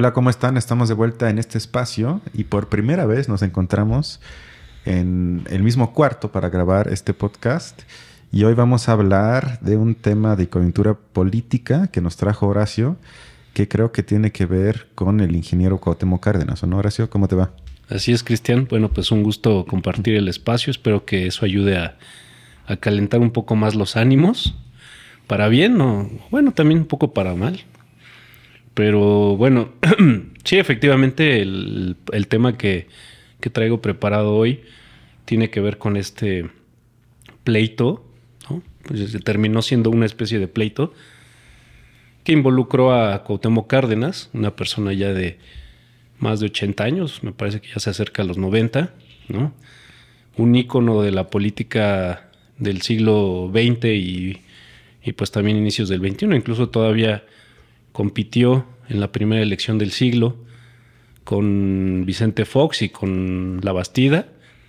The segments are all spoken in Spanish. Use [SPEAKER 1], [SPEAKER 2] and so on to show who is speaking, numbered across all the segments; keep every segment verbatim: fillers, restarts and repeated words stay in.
[SPEAKER 1] Hola, ¿cómo están? Estamos de vuelta en este espacio y por primera vez nos encontramos en el mismo cuarto para grabar este podcast. Y hoy vamos a hablar de un tema de coyuntura política que nos trajo Horacio, que creo que tiene que ver con el ingeniero Cuauhtémoc Cárdenas. ¿O no, Horacio? ¿Cómo te va?
[SPEAKER 2] Así es, Cristian. Bueno, pues un gusto compartir el espacio. Espero que eso ayude a, a calentar un poco más los ánimos. Para bien o, bueno, también un poco para mal. Pero bueno, sí, efectivamente el, el tema que, que traigo preparado hoy tiene que ver con este pleito, ¿no? Pues terminó siendo una especie de pleito que involucró a Cuauhtémoc Cárdenas, una persona ya de más de ochenta años, me parece que ya se acerca a los noventa, ¿no? Un ícono de la política del siglo veinte y, y pues también inicios del veintiuno, incluso todavía compitió en la primera elección del siglo con Vicente Fox y con La Bastida.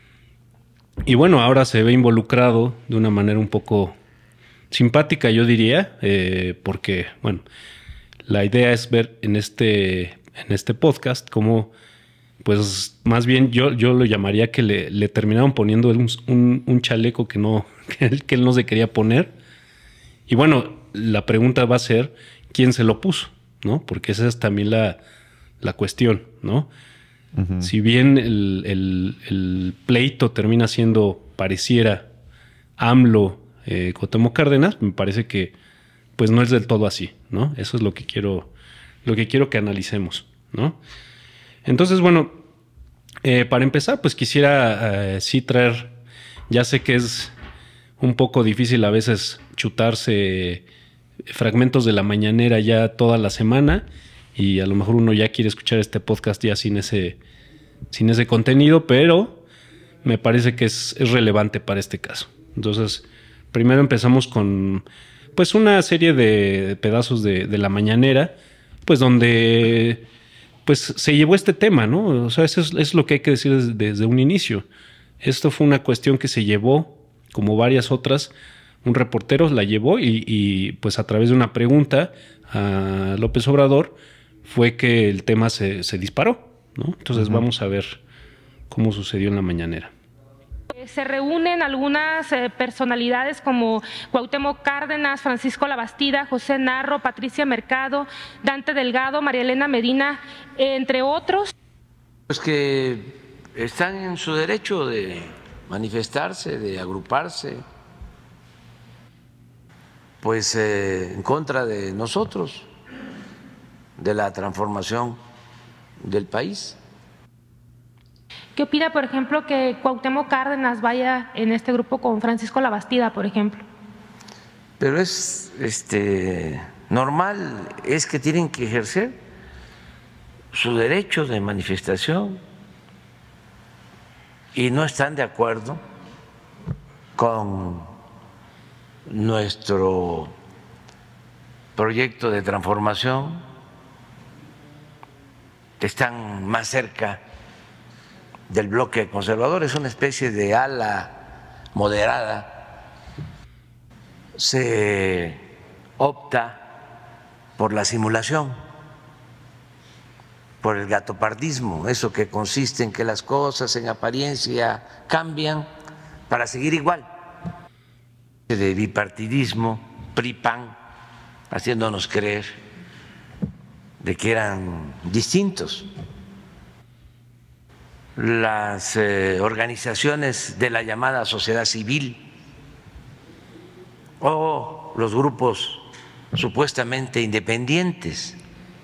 [SPEAKER 2] Y bueno, ahora se ve involucrado de una manera un poco simpática, yo diría, eh, porque, bueno, la idea es ver en este, en este podcast cómo, pues, más bien yo, yo lo llamaría que le, le terminaron poniendo un, un, un chaleco que, no, que, él, que él no se quería poner. Y bueno, la pregunta va a ser, ¿quién se lo puso? ¿No? Porque esa es también la, la cuestión, ¿no? Uh-huh. Si bien el, el, el pleito termina siendo, pareciera, AMLO, eh, Cuauhtémoc Cárdenas, me parece que pues no es del todo así, ¿no? Eso es lo que quiero, lo que quiero que analicemos, ¿no? Entonces, bueno, eh, para empezar, pues quisiera eh, sí traer, ya sé que es un poco difícil a veces chutarse fragmentos de la mañanera ya toda la semana y a lo mejor uno ya quiere escuchar este podcast ya sin ese, sin ese contenido, pero me parece que es, es relevante para este caso. Entonces, primero empezamos con pues una serie de pedazos de, de la mañanera, pues donde pues se llevó este tema, ¿no? O sea, eso es, es lo que hay que decir desde, desde un inicio. Esto fue una cuestión que se llevó, como varias otras, un reportero la llevó y, y pues a través de una pregunta a López Obrador fue que el tema se, se disparó, ¿no? Entonces uh-huh. Vamos a ver cómo sucedió en la mañanera.
[SPEAKER 3] Se reúnen algunas eh, personalidades como Cuauhtémoc Cárdenas, Francisco La Bastida, José Narro, Patricia Mercado, Dante Delgado, María Elena Medina, eh, entre otros.
[SPEAKER 4] Pues que están en su derecho de manifestarse, de agruparse, pues eh, en contra de nosotros, de la transformación del país.
[SPEAKER 3] ¿Qué opina, por ejemplo, que Cuauhtémoc Cárdenas vaya en este grupo con Francisco La Bastida, por ejemplo?
[SPEAKER 4] Pero es este, normal, es que tienen que ejercer su derecho de manifestación y no están de acuerdo con nuestro proyecto de transformación, están más cerca del bloque conservador, es una especie de ala moderada. Se opta por la simulación, por el gatopardismo, eso que consiste en que las cosas en apariencia cambian para seguir igual, de bipartidismo, P R I P A N, haciéndonos creer de que eran distintos. Las eh, organizaciones de la llamada sociedad civil o los grupos supuestamente independientes.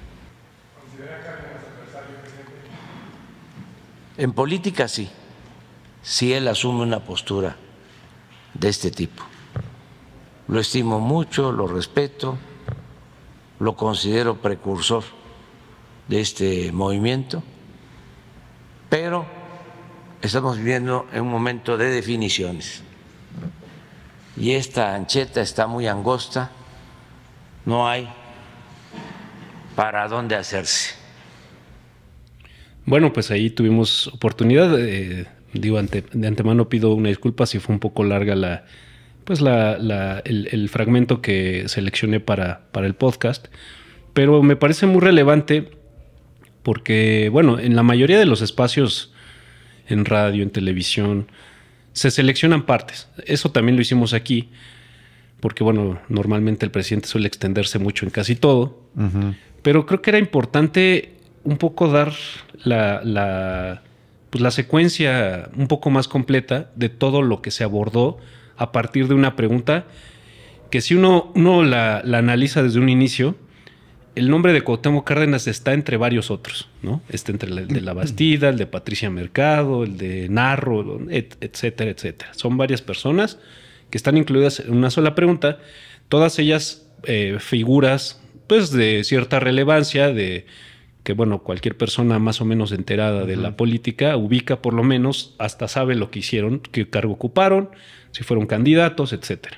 [SPEAKER 4] En política sí, si él asume una postura de este tipo. Lo estimo mucho, lo respeto, lo considero precursor de este movimiento, pero estamos viviendo en un momento de definiciones y esta ancheta está muy angosta, no hay para dónde hacerse.
[SPEAKER 2] Bueno, pues ahí tuvimos oportunidad, eh, digo, ante, de antemano pido una disculpa si fue un poco larga la, pues la, la, el, el fragmento que seleccioné para, para el podcast, pero me parece muy relevante Porque, bueno, en la mayoría de los espacios, en radio, en televisión, se seleccionan partes. Eso también lo hicimos aquí, porque, bueno, normalmente el presidente suele extenderse mucho en casi todo. Uh-huh. Pero creo que era importante un poco dar la, la, pues la secuencia un poco más completa de todo lo que se abordó a partir de una pregunta que si uno, uno la, la analiza desde un inicio, el nombre de Cuauhtémoc Cárdenas está entre varios otros, ¿no? Está entre el de La Bastida, el de Patricia Mercado, el de Narro, et, etcétera, etcétera. Son varias personas que están incluidas en una sola pregunta, todas ellas eh, figuras pues de cierta relevancia, de que bueno, cualquier persona más o menos enterada uh-huh. de la política ubica por lo menos, hasta sabe lo que hicieron, qué cargo ocuparon, si fueron candidatos, etcétera.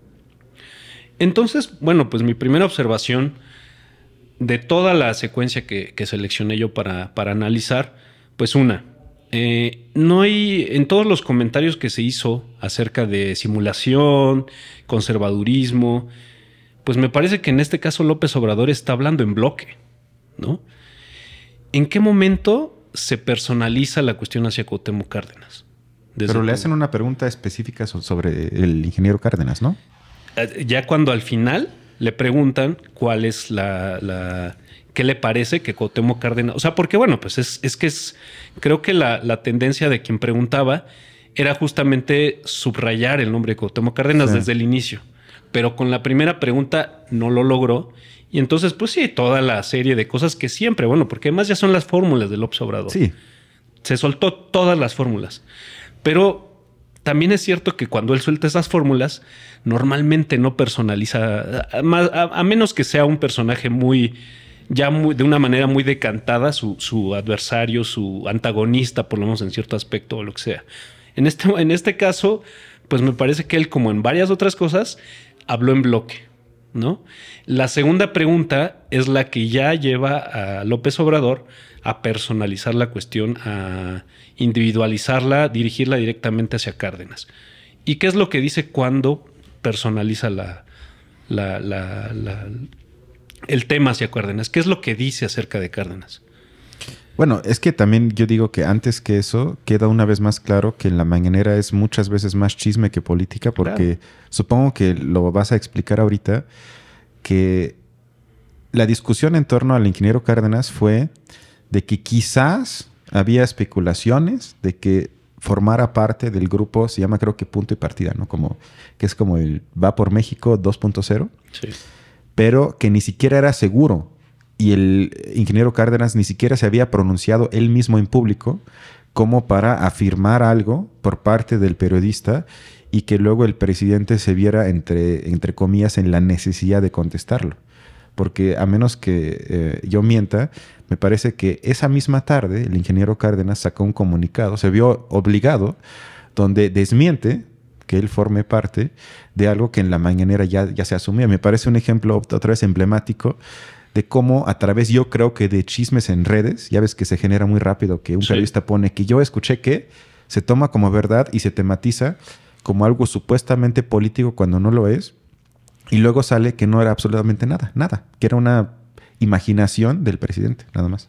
[SPEAKER 2] Entonces, bueno, pues mi primera observación de toda la secuencia que, que seleccioné yo para, para analizar, pues una, eh, no hay, en todos los comentarios que se hizo acerca de simulación, conservadurismo, pues me parece que en este caso López Obrador está hablando en bloque, ¿no? ¿En qué momento se personaliza la cuestión hacia Cuauhtémoc Cárdenas?
[SPEAKER 1] Desde Pero le hacen una pregunta específica sobre el ingeniero Cárdenas, ¿no?
[SPEAKER 2] Ya cuando al final le preguntan cuál es la, la qué le parece que Cuauhtémoc Cárdenas, o sea, porque bueno, pues es, es que es, creo que la, la tendencia de quien preguntaba era justamente subrayar el nombre de Cuauhtémoc Cárdenas sí. desde el inicio, pero con la primera pregunta no lo logró. Y entonces, pues sí, toda la serie de cosas que siempre, bueno, porque además ya son las fórmulas de López Obrador. Sí. Se soltó todas las fórmulas. Pero también es cierto que cuando él suelta esas fórmulas, normalmente no personaliza, a, a, a menos que sea un personaje muy, ya muy, de una manera muy decantada, su, su adversario, su antagonista, por lo menos en cierto aspecto o lo que sea. En este, en este caso, pues me parece que él, como en varias otras cosas, habló en bloque, ¿no? La segunda pregunta es la que ya lleva a López Obrador a personalizar la cuestión, a individualizarla, dirigirla directamente hacia Cárdenas. ¿Y qué es lo que dice cuando personaliza la, la, la, la, el tema hacia Cárdenas? ¿Qué es lo que dice acerca de Cárdenas?
[SPEAKER 1] Bueno, es que también yo digo que antes que eso queda una vez más claro que en la mañanera es muchas veces más chisme que política, porque claro. Supongo que lo vas a explicar ahorita, que la discusión en torno al ingeniero Cárdenas fue de que quizás había especulaciones de que formara parte del grupo, se llama creo que Punto y Partida, ¿no? Como, que es como el Va por México dos punto cero, sí. Pero que ni siquiera era seguro. Y el ingeniero Cárdenas ni siquiera se había pronunciado él mismo en público como para afirmar algo por parte del periodista y que luego el presidente se viera, entre, entre comillas, en la necesidad de contestarlo. Porque a menos que eh, yo mienta, me parece que esa misma tarde el ingeniero Cárdenas sacó un comunicado, se vio obligado, donde desmiente que él forme parte de algo que en la mañanera ya, ya se asumía. Me parece un ejemplo otra vez emblemático de cómo a través, yo creo que de chismes en redes, ya ves que se genera muy rápido que un sí. periodista pone que yo escuché que, se toma como verdad y se tematiza como algo supuestamente político cuando no lo es, y luego sale que no era absolutamente nada, nada, que era una imaginación del presidente, nada más.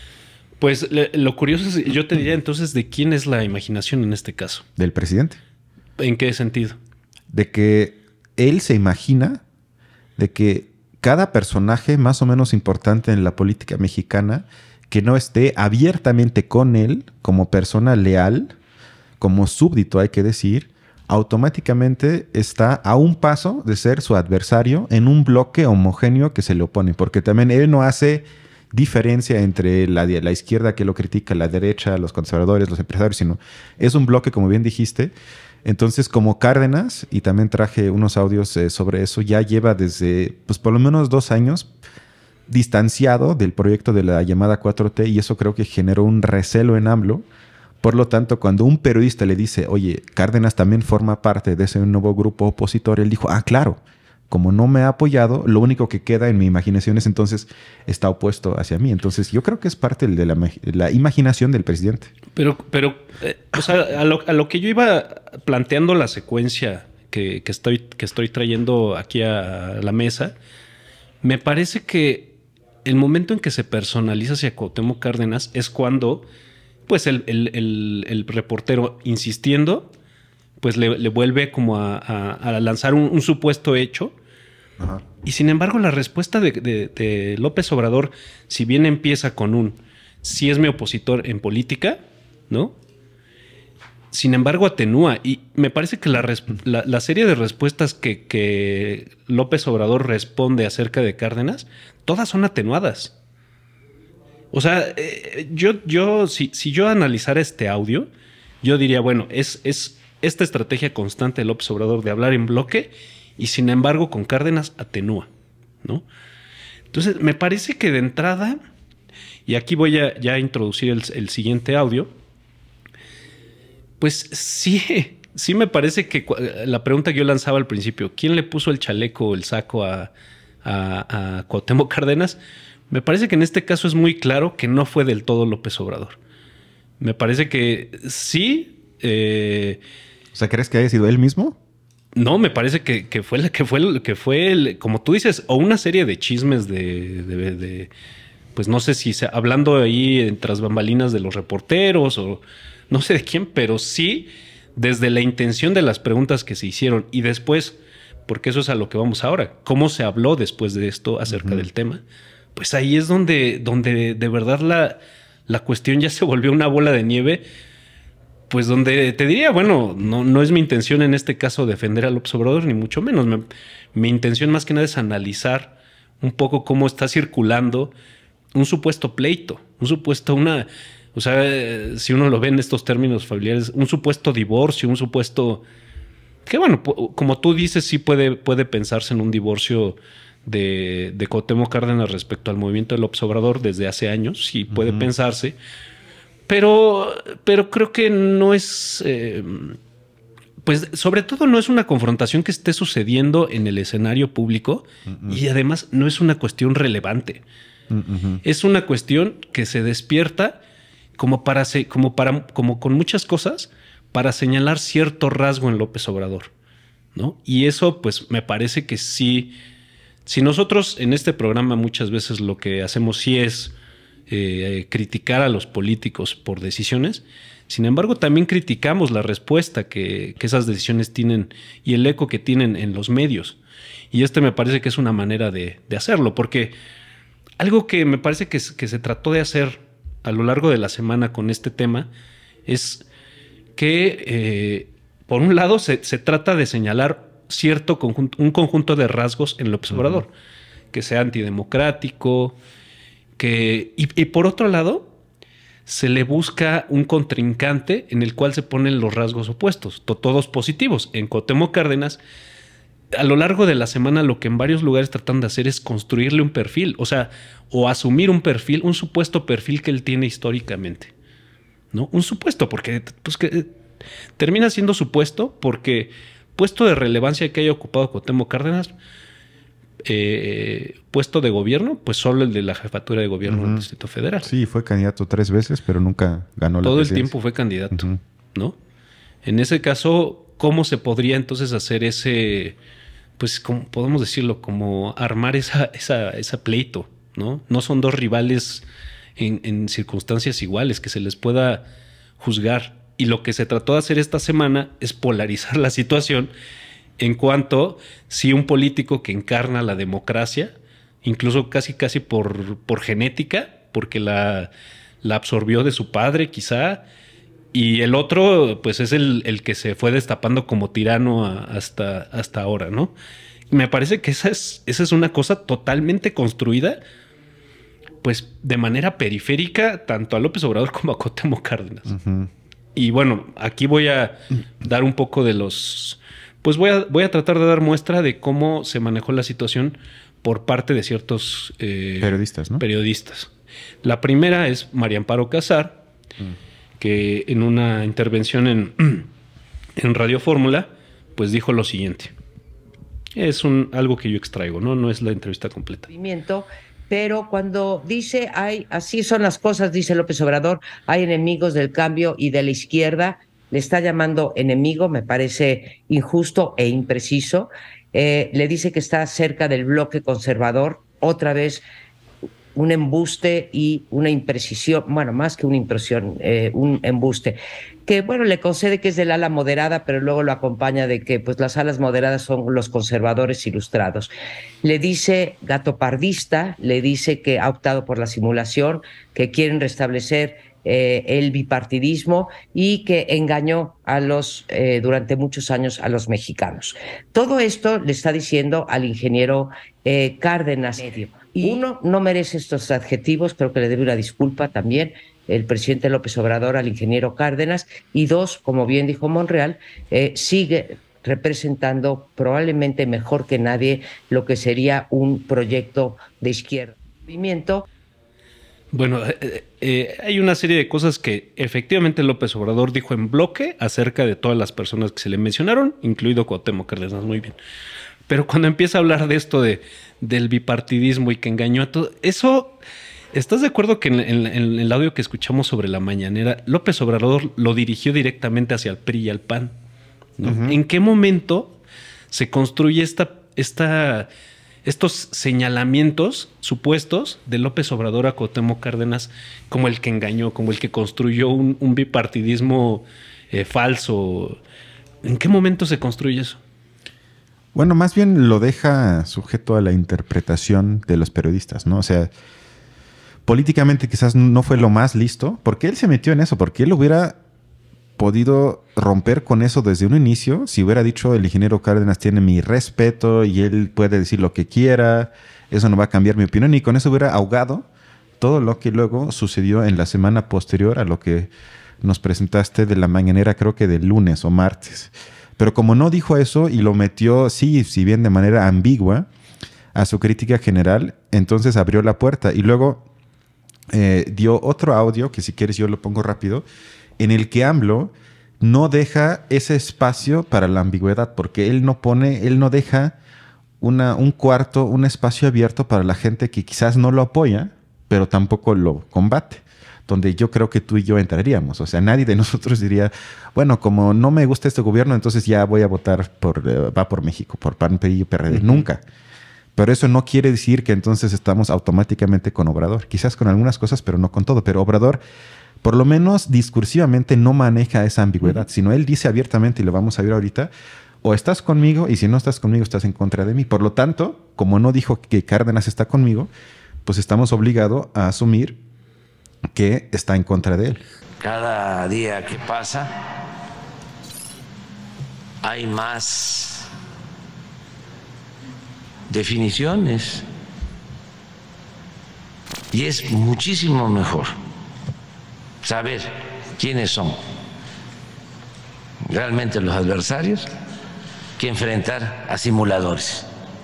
[SPEAKER 2] Pues le, lo curioso es, yo te diría entonces, ¿de quién es la imaginación en este caso?
[SPEAKER 1] Del presidente.
[SPEAKER 2] ¿En qué sentido?
[SPEAKER 1] De que él se imagina de que cada personaje más o menos importante en la política mexicana que no esté abiertamente con él como persona leal, como súbdito hay que decir, automáticamente está a un paso de ser su adversario en un bloque homogéneo que se le opone. Porque también él no hace diferencia entre la, la izquierda que lo critica, la derecha, los conservadores, los empresarios, sino es un bloque, como bien dijiste. Entonces, como Cárdenas, y también traje unos audios eh, sobre eso, ya lleva desde, pues por lo menos dos años distanciado del proyecto de la llamada cuatro T, y eso creo que generó un recelo en AMLO. Por lo tanto, cuando un periodista le dice, oye, Cárdenas también forma parte de ese nuevo grupo opositor, él dijo, ah, claro, como no me ha apoyado, lo único que queda en mi imaginación es entonces está opuesto hacia mí. Entonces yo creo que es parte de la, la imaginación del presidente.
[SPEAKER 2] Pero, pero eh, o sea, a lo, a lo que yo iba planteando la secuencia que, que, estoy, que estoy trayendo aquí a la mesa, me parece que el momento en que se personaliza hacia Cuauhtémoc Cárdenas es cuando, pues, el, el, el, el reportero insistiendo, pues le, le vuelve como a, a, a lanzar un, un supuesto hecho. Ajá. Y sin embargo, la respuesta de, de, de López Obrador, si bien empieza con un sí es mi opositor en política, ¿no? Sin embargo, atenúa. Y me parece que la, la, la serie de respuestas que, que López Obrador responde acerca de Cárdenas, todas son atenuadas. O sea, eh, yo, yo si, si yo analizara este audio, yo diría, bueno, es, es esta estrategia constante de López Obrador de hablar en bloque y sin embargo con Cárdenas atenúa, ¿no? Entonces, me parece que de entrada, y aquí voy a ya introducir el, el siguiente audio, pues sí, sí me parece que la pregunta que yo lanzaba al principio, ¿quién le puso el chaleco o el saco a, a, a Cuauhtémoc Cárdenas? Me parece que en este caso es muy claro que no fue del todo López Obrador. Me parece que sí. Eh,
[SPEAKER 1] o sea, ¿crees que haya sido él mismo?
[SPEAKER 2] No, me parece que, que fue, que fue, que fue el, como tú dices, o una serie de chismes de, de, de pues no sé si se, hablando ahí en tras bambalinas de los reporteros o no sé de quién, pero sí desde la intención de las preguntas que se hicieron y después, porque eso es a lo que vamos ahora, cómo se habló después de esto acerca uh-huh. del tema, pues ahí es donde, donde de verdad la, la cuestión ya se volvió una bola de nieve, pues donde te diría, bueno, no, no es mi intención en este caso defender a López Obrador, ni mucho menos. Me, mi intención más que nada es analizar un poco cómo está circulando un supuesto pleito, un supuesto, una... O sea, si uno lo ve en estos términos familiares, un supuesto divorcio, un supuesto... Que bueno, como tú dices, sí puede, puede pensarse en un divorcio de, de Cuauhtémoc Cárdenas respecto al movimiento del López Obrador desde hace años, sí puede uh-huh. pensarse, pero, pero creo que no es... Eh, pues sobre todo no es una confrontación que esté sucediendo en el escenario público uh-huh. y además no es una cuestión relevante. Uh-huh. Es una cuestión que se despierta como para, como para, como con muchas cosas, para señalar cierto rasgo en López Obrador, ¿no? Y eso, pues, me parece que sí. Si nosotros en este programa muchas veces lo que hacemos sí es eh, criticar a los políticos por decisiones, sin embargo, también criticamos la respuesta que, que esas decisiones tienen y el eco que tienen en los medios. Y este me parece que es una manera de, de hacerlo, porque algo que me parece que, que se trató de hacer a lo largo de la semana con este tema es que, eh, por un lado, se, se trata de señalar cierto conjunto, un conjunto de rasgos en López Obrador, uh-huh. que sea antidemocrático, que y, y por otro lado, se le busca un contrincante en el cual se ponen los rasgos opuestos, to, todos positivos. En Cuauhtémoc Cárdenas, a lo largo de la semana, lo que en varios lugares tratan de hacer es construirle un perfil, o sea, o asumir un perfil, un supuesto perfil que él tiene históricamente, ¿no? Un supuesto, porque pues, que, termina siendo supuesto, porque puesto de relevancia que haya ocupado Cuauhtémoc Cárdenas, eh, puesto de gobierno, pues solo el de la jefatura de gobierno uh-huh. del Distrito Federal.
[SPEAKER 1] Sí, fue candidato tres veces, pero nunca ganó la
[SPEAKER 2] Todo
[SPEAKER 1] presidencia.
[SPEAKER 2] el tiempo fue candidato,
[SPEAKER 1] uh-huh.
[SPEAKER 2] ¿no? En ese caso, ¿cómo se podría entonces hacer ese, pues, como podemos decirlo, como armar esa, esa, esa pleito, ¿no? No son dos rivales en, en circunstancias iguales que se les pueda juzgar. Y lo que se trató de hacer esta semana es polarizar la situación en cuanto si un político que encarna la democracia, incluso casi casi por, por genética, porque la, la absorbió de su padre quizá, y el otro, pues es el, el que se fue destapando como tirano a, hasta, hasta ahora, ¿no? Me parece que esa es, esa es una cosa totalmente construida, pues de manera periférica, tanto a López Obrador como a Cuauhtémoc Cárdenas. Uh-huh. Y bueno, aquí voy a dar un poco de los... Pues voy a, voy a tratar de dar muestra de cómo se manejó la situación por parte de ciertos... Eh,
[SPEAKER 1] periodistas, ¿no?
[SPEAKER 2] Periodistas. La primera es María Amparo Casar, uh-huh. que en una intervención en, en Radio Fórmula, pues dijo lo siguiente. Es un, algo que yo extraigo, ¿no? No es la entrevista completa.
[SPEAKER 5] Pero cuando dice, hay, así son las cosas, dice López Obrador, hay enemigos del cambio y de la izquierda, le está llamando enemigo, me parece injusto e impreciso. Eh, le dice que está cerca del bloque conservador, otra vez un embuste y una imprecisión, bueno, más que una impresión, eh, un embuste, que bueno, le concede que es del ala moderada, pero luego lo acompaña de que pues las alas moderadas son los conservadores ilustrados. Le dice gatopardista, le dice que ha optado por la simulación, que quieren restablecer eh, el bipartidismo y que engañó a los, eh, durante muchos años a los mexicanos. Todo esto le está diciendo al ingeniero eh, Cárdenas. Y uno, no merece estos adjetivos, creo que le debe una disculpa también el presidente López Obrador al ingeniero Cárdenas. Y dos, como bien dijo Monreal, eh, sigue representando probablemente mejor que nadie lo que sería un proyecto de izquierda. Movimiento.
[SPEAKER 2] Bueno, eh, eh, hay una serie de cosas que efectivamente López Obrador dijo en bloque acerca de todas las personas que se le mencionaron, incluido Cuauhtémoc Cárdenas, muy bien. Pero cuando empieza a hablar de esto de, del bipartidismo y que engañó a todo, eso, ¿estás de acuerdo que en, en, en el audio que escuchamos sobre la mañanera, López Obrador lo dirigió directamente hacia el P R I y al P A N? ¿No? Uh-huh. ¿En qué momento se construye esta, esta, estos señalamientos supuestos de López Obrador a Cuauhtémoc Cárdenas como el que engañó, como el que construyó un, un bipartidismo eh, falso? ¿En qué momento se construye eso?
[SPEAKER 1] Bueno, más bien lo deja sujeto a la interpretación de los periodistas, ¿no? O sea, políticamente quizás no fue lo más listo, porque él se metió en eso, porque él hubiera podido romper con eso desde un inicio, si hubiera dicho el ingeniero Cárdenas tiene mi respeto y él puede decir lo que quiera, eso no va a cambiar mi opinión, y con eso hubiera ahogado todo lo que luego sucedió en la semana posterior a lo que nos presentaste de la mañanera, creo que del lunes o martes. Pero como no dijo eso y lo metió, sí, si bien de manera ambigua, a su crítica general, entonces abrió la puerta. Y luego eh, dio otro audio, que si quieres yo lo pongo rápido, en el que AMLO no deja ese espacio para la ambigüedad, porque él no pone, él no deja una, un cuarto, un espacio abierto para la gente que quizás no lo apoya, pero tampoco lo combate. Donde yo creo que tú y yo entraríamos. O sea, nadie de nosotros diría, bueno, como no me gusta este gobierno, entonces ya voy a votar por, uh, va por México, por P A N, P R I y P R D. Uh-huh. Nunca. Pero eso no quiere decir que entonces estamos automáticamente con Obrador. Quizás con algunas cosas, pero no con todo. Pero Obrador, por lo menos discursivamente, no maneja esa ambigüedad, uh-huh. sino él dice abiertamente, y lo vamos a ver ahorita, o estás conmigo, y si no estás conmigo, estás en contra de mí. Por lo tanto, como no dijo que Cárdenas está conmigo, pues estamos obligados a asumir que está en contra de él.
[SPEAKER 4] Cada día que pasa hay más definiciones y es muchísimo mejor saber quiénes son realmente los adversarios que enfrentar a simuladores.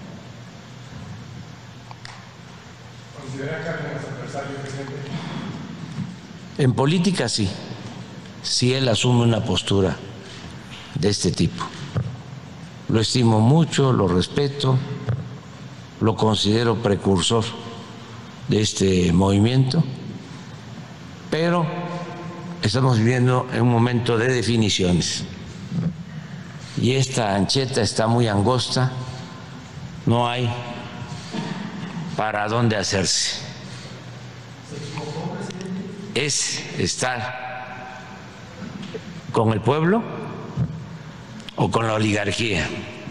[SPEAKER 4] ¿Considera Cárdenas adversario, presidente? En política sí, si él asume una postura de este tipo. Lo estimo mucho, lo respeto, lo considero precursor de este movimiento, pero estamos viviendo en un momento de definiciones y esta ancheta está muy angosta, no hay para dónde hacerse. Es estar con el pueblo o con la oligarquía.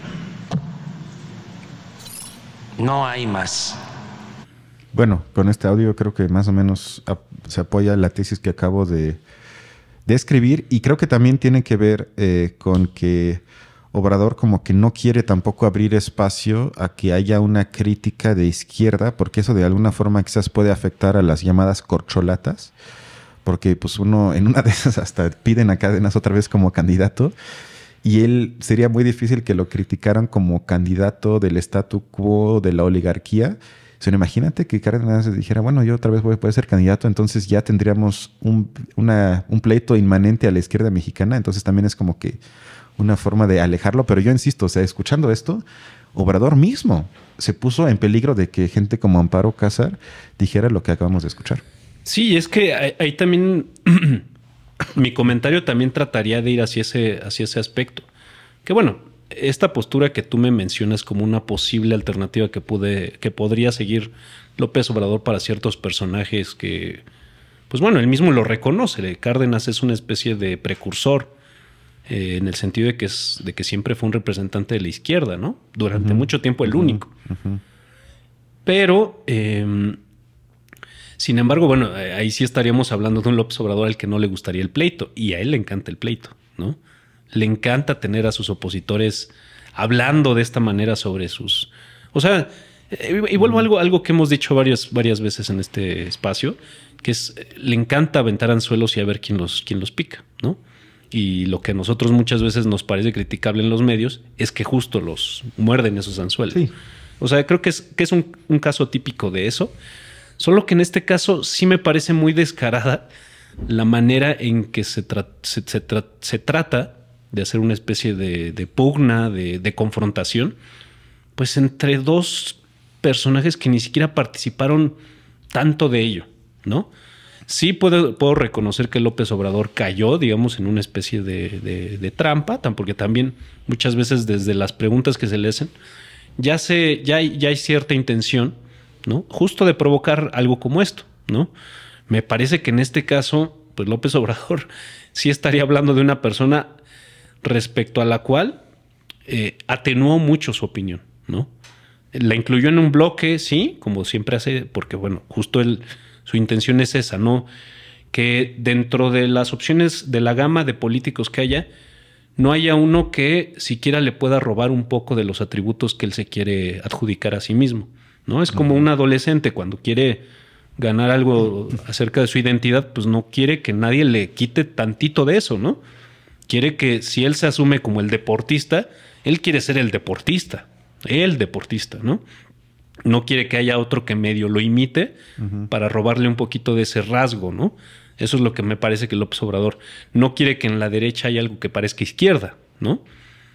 [SPEAKER 4] No hay más.
[SPEAKER 1] Bueno, con este audio creo que más o menos se apoya la tesis que acabo de, de escribir, y creo que también tiene que ver eh, con que Obrador como que no quiere tampoco abrir espacio a que haya una crítica de izquierda, porque eso de alguna forma quizás puede afectar a las llamadas corcholatas, porque pues uno en una de esas hasta piden a Cárdenas otra vez como candidato, y él sería muy difícil que lo criticaran como candidato del statu quo de la oligarquía. O sea, imagínate que Cárdenas dijera, bueno, yo otra vez voy a poder ser candidato, entonces ya tendríamos un, una, un pleito inmanente a la izquierda mexicana, entonces también es como que una forma de alejarlo. Pero yo insisto, o sea, escuchando esto, Obrador mismo se puso en peligro de que gente como Amparo Cázar dijera lo que acabamos de escuchar.
[SPEAKER 2] Sí, es que ahí, ahí también mi comentario también trataría de ir hacia ese, hacia ese aspecto. Que bueno, esta postura que tú me mencionas como una posible alternativa que, pude, que podría seguir López Obrador para ciertos personajes que, pues bueno, él mismo lo reconoce. Cárdenas es una especie de precursor eh, en el sentido de que, es, de que siempre fue un representante de la izquierda, ¿no? Durante uh-huh. mucho tiempo el uh-huh. único. Uh-huh. Pero, eh, sin embargo, bueno, ahí sí estaríamos hablando de un López Obrador al que no le gustaría el pleito, y a él le encanta el pleito, ¿no? Le encanta tener a sus opositores hablando de esta manera sobre sus... O sea, y vuelvo a algo, algo que hemos dicho varias, varias veces en este espacio, que es, le encanta aventar anzuelos y a ver quién los, quién los pica, ¿no? Y lo que a nosotros muchas veces nos parece criticable en los medios es que justo los muerden esos anzuelos. Sí. O sea, creo que es, que es un, un caso típico de eso, solo que en este caso sí me parece muy descarada la manera en que se, tra- se, se, tra- se trata de hacer una especie de, de pugna, de, de confrontación, pues entre dos personajes que ni siquiera participaron tanto de ello, ¿no? Sí puedo, puedo reconocer que López Obrador cayó, digamos, en una especie de, de, de trampa, porque también muchas veces desde las preguntas que se le hacen, ya, se, ya, hay, ya hay cierta intención, ¿no? Justo de provocar algo como esto, ¿no? Me parece que en este caso, pues López Obrador sí estaría hablando de una persona respecto a la cual eh, atenuó mucho su opinión, ¿no? La incluyó en un bloque, sí, como siempre hace, porque bueno, justo él, su intención es esa, ¿no? Que dentro de las opciones de la gama de políticos que haya, no haya uno que siquiera le pueda robar un poco de los atributos que él se quiere adjudicar a sí mismo, ¿no? Es como un adolescente cuando quiere ganar algo acerca de su identidad, pues no quiere que nadie le quite tantito de eso, ¿no? Quiere que si él se asume como el deportista, él quiere ser el deportista, el deportista, ¿no? No quiere que haya otro que medio lo imite uh-huh. para robarle un poquito de ese rasgo, ¿no? Eso es lo que me parece que López Obrador no quiere que en la derecha haya algo que parezca izquierda, ¿no?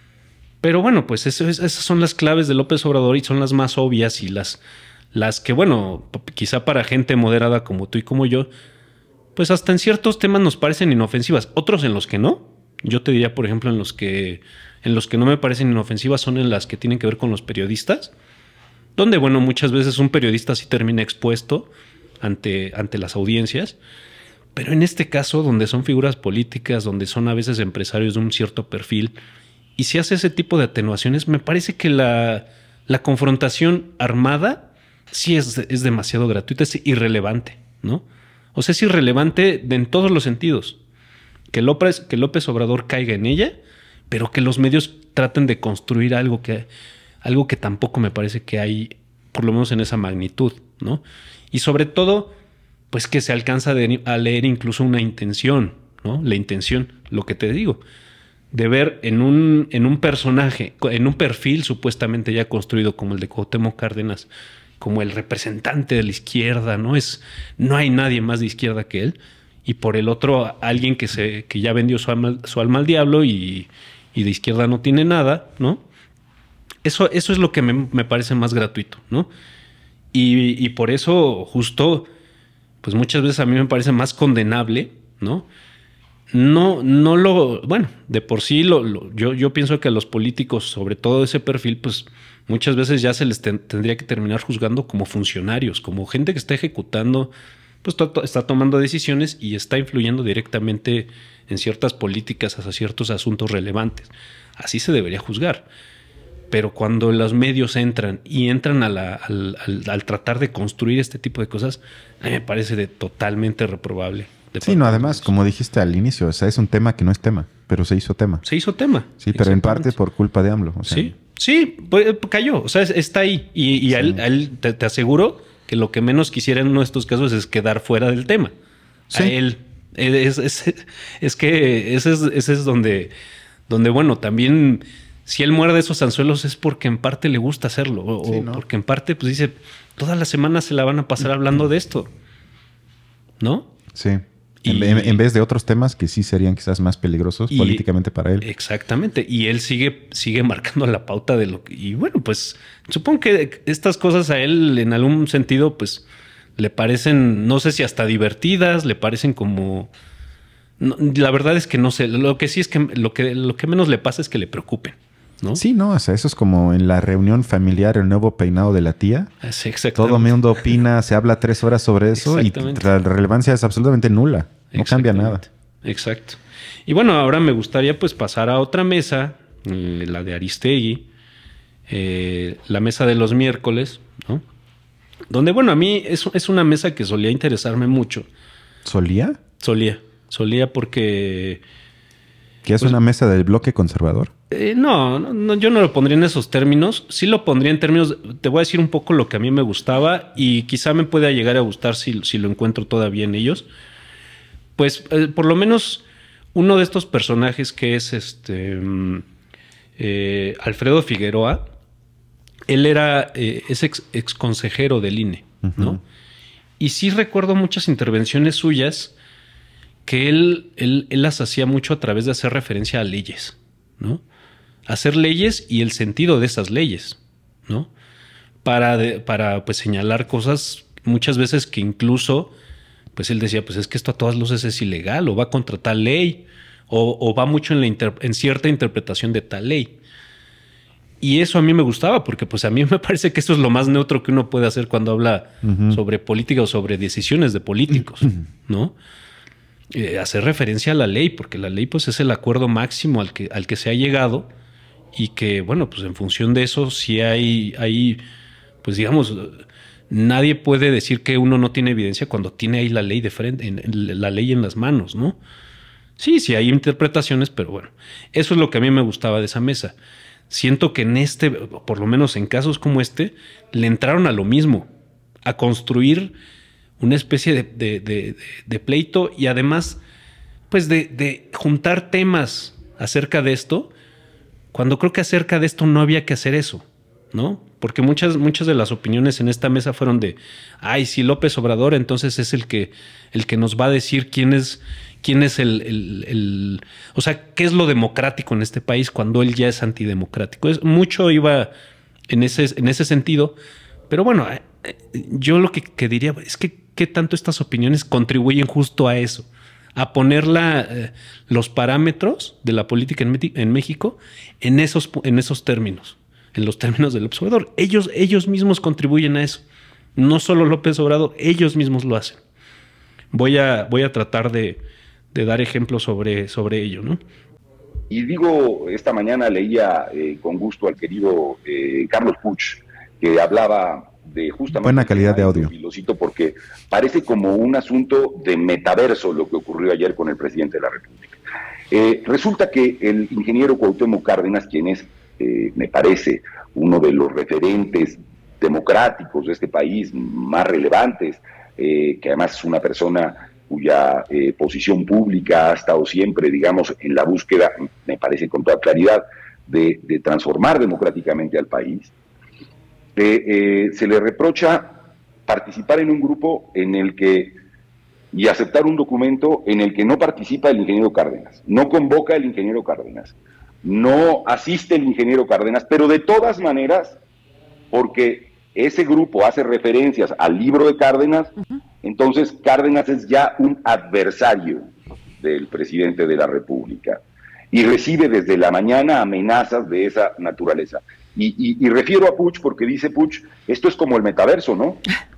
[SPEAKER 2] Pero bueno, pues eso es, esas son las claves de López Obrador y son las más obvias y las, las que, bueno, quizá para gente moderada como tú y como yo, pues hasta en ciertos temas nos parecen inofensivas, otros en los que no. Yo te diría, por ejemplo, en los que en los que no me parecen inofensivas son en las que tienen que ver con los periodistas, donde, bueno, muchas veces un periodista sí termina expuesto ante, ante las audiencias, pero en este caso, donde son figuras políticas, donde son a veces empresarios de un cierto perfil, y si hace ese tipo de atenuaciones, me parece que la, la confrontación armada sí es, es demasiado gratuita, es irrelevante, ¿no? O sea, es irrelevante de, en todos los sentidos. Que López, que López Obrador caiga en ella, pero que los medios traten de construir algo que, algo que tampoco me parece que hay, por lo menos en esa magnitud, ¿no? Y sobre todo, pues que se alcanza de, a leer incluso una intención, ¿no? La intención, lo que te digo, de ver en un, en un personaje, en un perfil supuestamente ya construido como el de Cuauhtémoc Cárdenas, como el representante de la izquierda, ¿no? Es, no hay nadie más de izquierda que él. Y por el otro, alguien que, se, que ya vendió su alma, su alma al diablo y, y de izquierda no tiene nada, ¿no? Eso, eso es lo que me, me parece más gratuito, ¿no? Y, y por eso justo, pues muchas veces a mí me parece más condenable, ¿no? No, no lo... Bueno, de por sí lo, lo, yo, yo pienso que a los políticos, sobre todo ese perfil, pues muchas veces ya se les ten, tendría que terminar juzgando como funcionarios, como gente que está ejecutando... pues está tomando decisiones y está influyendo directamente en ciertas políticas hacia ciertos asuntos relevantes. Así se debería juzgar. Pero cuando los medios entran y entran a la, al, al, al tratar de construir este tipo de cosas, a mí me parece de totalmente reprobable.
[SPEAKER 1] Sí, no, además, como dijiste al inicio, o sea, es un tema que no es tema, pero se hizo tema.
[SPEAKER 2] Se hizo tema.
[SPEAKER 1] Sí, pero en parte por culpa de AMLO. O sea,
[SPEAKER 2] sí, sí, pues, cayó. O sea, está ahí. Y, y sí. a él, a él te, te aseguro que lo que menos quisiera en uno de estos casos es quedar fuera del tema. Sí. A él. Es, es, es que ese es, ese es donde, donde, bueno, también si él muerde esos anzuelos es porque en parte le gusta hacerlo. O, sí, ¿no? Porque en parte, pues dice, todas las semanas se la van a pasar hablando de esto. ¿No?
[SPEAKER 1] Sí. Y, en, en vez de otros temas que sí serían quizás más peligrosos y, políticamente para él.
[SPEAKER 2] Exactamente. Y él sigue, sigue marcando la pauta de lo que... Y bueno, pues supongo que estas cosas a él en algún sentido pues le parecen, no sé si hasta divertidas, le parecen como... No, la verdad es que no sé. Lo que sí es que lo que, lo que menos le pasa es que le preocupen. ¿no?
[SPEAKER 1] Sí, no, o sea, eso es como en la reunión familiar, el nuevo peinado de la tía.
[SPEAKER 2] Sí, exactamente.
[SPEAKER 1] Todo el mundo opina, se habla tres horas sobre eso y la relevancia es absolutamente nula. No cambia nada.
[SPEAKER 2] Exacto. Y bueno, ahora me gustaría pues pasar a otra mesa, eh, la de Aristegui, eh, la mesa de los miércoles, ¿no? Donde, bueno, a mí es, es una mesa que solía interesarme mucho.
[SPEAKER 1] ¿Solía?
[SPEAKER 2] Solía. Solía porque...
[SPEAKER 1] ¿Que es pues, una mesa del bloque conservador?
[SPEAKER 2] Eh, no, no, yo no lo pondría en esos términos. Sí lo pondría en términos... De, te voy a decir un poco lo que a mí me gustaba y quizá me pueda llegar a gustar si, si lo encuentro todavía en ellos. Pues, eh, por lo menos, uno de estos personajes que es este eh, Alfredo Figueroa, él era eh, es ex, ex consejero del I N E, uh-huh. ¿no? Y sí recuerdo muchas intervenciones suyas que él, él, él las hacía mucho a través de hacer referencia a leyes, ¿no? Hacer leyes y el sentido de esas leyes, ¿no? Para, de, para pues, señalar cosas muchas veces que incluso, pues él decía, pues es que esto a todas luces es ilegal, o va contra tal ley, o, o va mucho en, la inter, en cierta interpretación de tal ley. Y eso a mí me gustaba, porque pues a mí me parece que eso es lo más neutro que uno puede hacer cuando habla uh-huh. sobre política o sobre decisiones de políticos, ¿no? Eh, hacer referencia a la ley, porque la ley pues es el acuerdo máximo al que, al que se ha llegado y que, bueno, pues en función de eso sí hay, hay, pues digamos, nadie puede decir que uno no tiene evidencia cuando tiene ahí la ley de frente, en, en, la ley en las manos, ¿no? Sí, sí hay interpretaciones, pero bueno, eso es lo que a mí me gustaba de esa mesa. Siento que en este, por lo menos en casos como este, le entraron a lo mismo, a construir una especie de, de, de, de pleito y además, pues de, de juntar temas acerca de esto, cuando creo que acerca de esto no había que hacer eso, ¿no? Porque muchas, muchas de las opiniones en esta mesa fueron de, ay, si López Obrador entonces es el que, el que nos va a decir quién es, quién es el, el, el, o sea, qué es lo democrático en este país cuando él ya es antidemocrático. Es, mucho iba en ese, en ese sentido, pero bueno, yo lo que, que diría es que qué tanto estas opiniones contribuyen justo a eso, a poner la, eh, los parámetros de la política en, en México en esos, en esos términos, en los términos del López Obrador. Ellos, ellos mismos contribuyen a eso. No solo López Obrador, ellos mismos lo hacen. Voy a, voy a tratar de, de dar ejemplos sobre, sobre ello, ¿no?
[SPEAKER 6] Y digo, esta mañana leía eh, con gusto al querido eh, Carlos Puig, que hablaba de justamente...
[SPEAKER 1] Buena calidad de audio.
[SPEAKER 6] Porque parece como un asunto de metaverso lo que ocurrió ayer con el presidente de la República. Eh, resulta que el ingeniero Cuauhtémoc Cárdenas, quien es, eh, me parece, uno de los referentes democráticos de este país más relevantes, eh, que además es una persona cuya eh, posición pública ha estado siempre, digamos, en la búsqueda, me parece con toda claridad, de, de transformar democráticamente al país, eh, eh, se le reprocha participar en un grupo en el que, y aceptar un documento en el que no participa el ingeniero Cárdenas, no convoca el ingeniero Cárdenas, no asiste el ingeniero Cárdenas, pero de todas maneras, porque ese grupo hace referencias al libro de Cárdenas, uh-huh. entonces Cárdenas es ya un adversario del presidente de la República y recibe desde la mañana amenazas de esa naturaleza. Y, y, y refiero a Puig porque dice Puig, esto es como el metaverso, ¿no?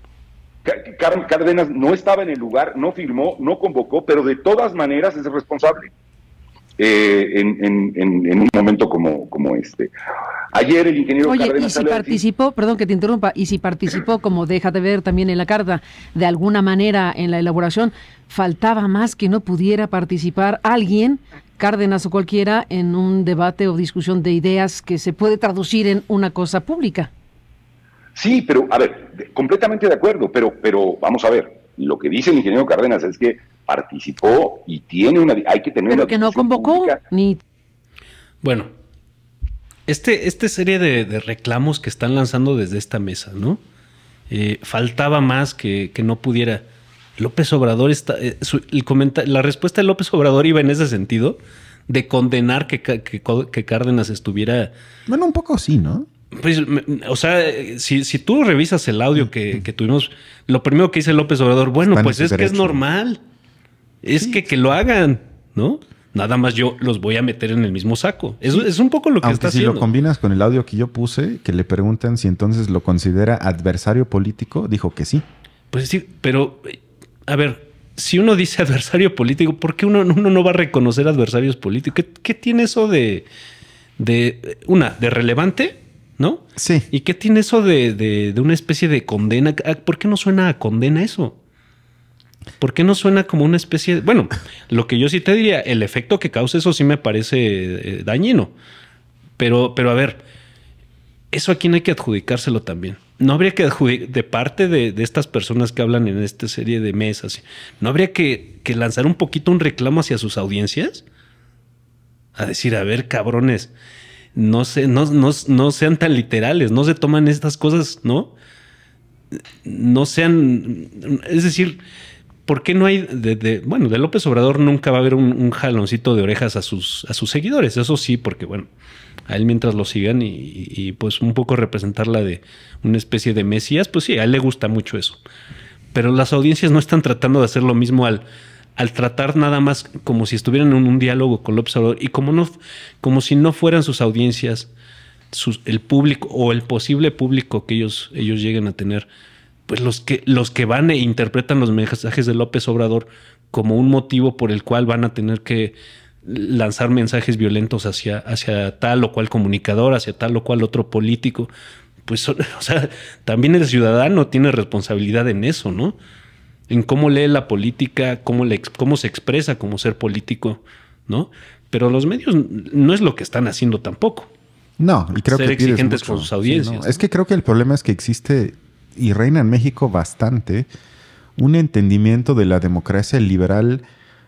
[SPEAKER 6] Cárdenas no estaba en el lugar, no firmó, no convocó, pero de todas maneras es responsable eh, en, en, en, en un momento como, como este. Ayer el ingeniero
[SPEAKER 7] Oye,
[SPEAKER 6] Cárdenas...
[SPEAKER 7] y si participó, decir, perdón que te interrumpa, y si participó, como deja de ver también en la carta, de alguna manera en la elaboración, faltaba más que no pudiera participar alguien, Cárdenas o cualquiera, en un debate o discusión de ideas que se puede traducir en una cosa pública.
[SPEAKER 6] Sí, pero, a ver, completamente de acuerdo, pero, pero vamos a ver, lo que dice el ingeniero Cárdenas es que participó y tiene una... hay que tener
[SPEAKER 7] pero
[SPEAKER 6] una
[SPEAKER 7] que no convocó, pública. Ni...
[SPEAKER 2] Bueno, este, esta serie de, de reclamos que están lanzando desde esta mesa, ¿no? Eh, faltaba más que, que no pudiera... López Obrador está... Eh, su, el comenta, la respuesta de López Obrador iba en ese sentido, de condenar que, que, que Cárdenas estuviera...
[SPEAKER 1] Bueno, un poco sí, ¿no?
[SPEAKER 2] Pues, o sea, si, si tú revisas el audio que, que tuvimos, lo primero que dice López Obrador, bueno, Están pues es derecho. que es normal. Es sí. que, que lo hagan, ¿no? Nada más yo los voy a meter en el mismo saco. Eso es un poco lo que
[SPEAKER 1] Aunque
[SPEAKER 2] está
[SPEAKER 1] si
[SPEAKER 2] haciendo.
[SPEAKER 1] lo combinas con el audio que yo puse, que le preguntan si entonces lo considera adversario político, dijo que sí.
[SPEAKER 2] Pues sí, pero a ver, si uno dice adversario político, ¿por qué uno, uno no va a reconocer adversarios políticos? ¿Qué, qué tiene eso de, de, una, de relevante, ¿no?
[SPEAKER 1] Sí.
[SPEAKER 2] ¿Y qué tiene eso de, de, de una especie de condena? ¿Por qué no suena a condena eso? ¿Por qué no suena como una especie de... Bueno, lo que yo sí te diría, el efecto que causa eso sí me parece eh, dañino. Pero, pero a ver, eso a quién hay que adjudicárselo también. No habría que adjudicar, de parte de, de estas personas que hablan en esta serie de mesas, ¿no habría que, que lanzar un poquito un reclamo hacia sus audiencias? A decir, a ver, cabrones, no, se, no, no, no sean tan literales, no se toman estas cosas, ¿no? No sean... Es decir... ¿Por qué no hay de, de, bueno, de López Obrador nunca va a haber un, un jaloncito de orejas a sus, a sus seguidores? Eso sí, porque bueno, a él mientras lo sigan y, y, y pues un poco representarla de una especie de mesías, pues sí, a él le gusta mucho eso. Pero las audiencias no están tratando de hacer lo mismo al, al tratar nada más como si estuvieran en un diálogo con López Obrador y como, no, como si no fueran sus audiencias, sus, el público o el posible público que ellos, ellos lleguen a tener. Pues los que, los que van e interpretan los mensajes de López Obrador como un motivo por el cual van a tener que lanzar mensajes violentos hacia, hacia tal o cual comunicador, hacia tal o cual otro político. Pues, o sea, también el ciudadano tiene responsabilidad en eso, ¿no? En cómo lee la política, cómo, le, cómo se expresa como ser político, ¿no? Pero los medios no es lo que están haciendo tampoco.
[SPEAKER 1] No, y creo
[SPEAKER 2] ser
[SPEAKER 1] que
[SPEAKER 2] exigentes
[SPEAKER 1] mucho.
[SPEAKER 2] con sus audiencias.
[SPEAKER 1] Sí, no. Es que creo que el problema es que existe... y reina en México bastante un entendimiento de la democracia liberal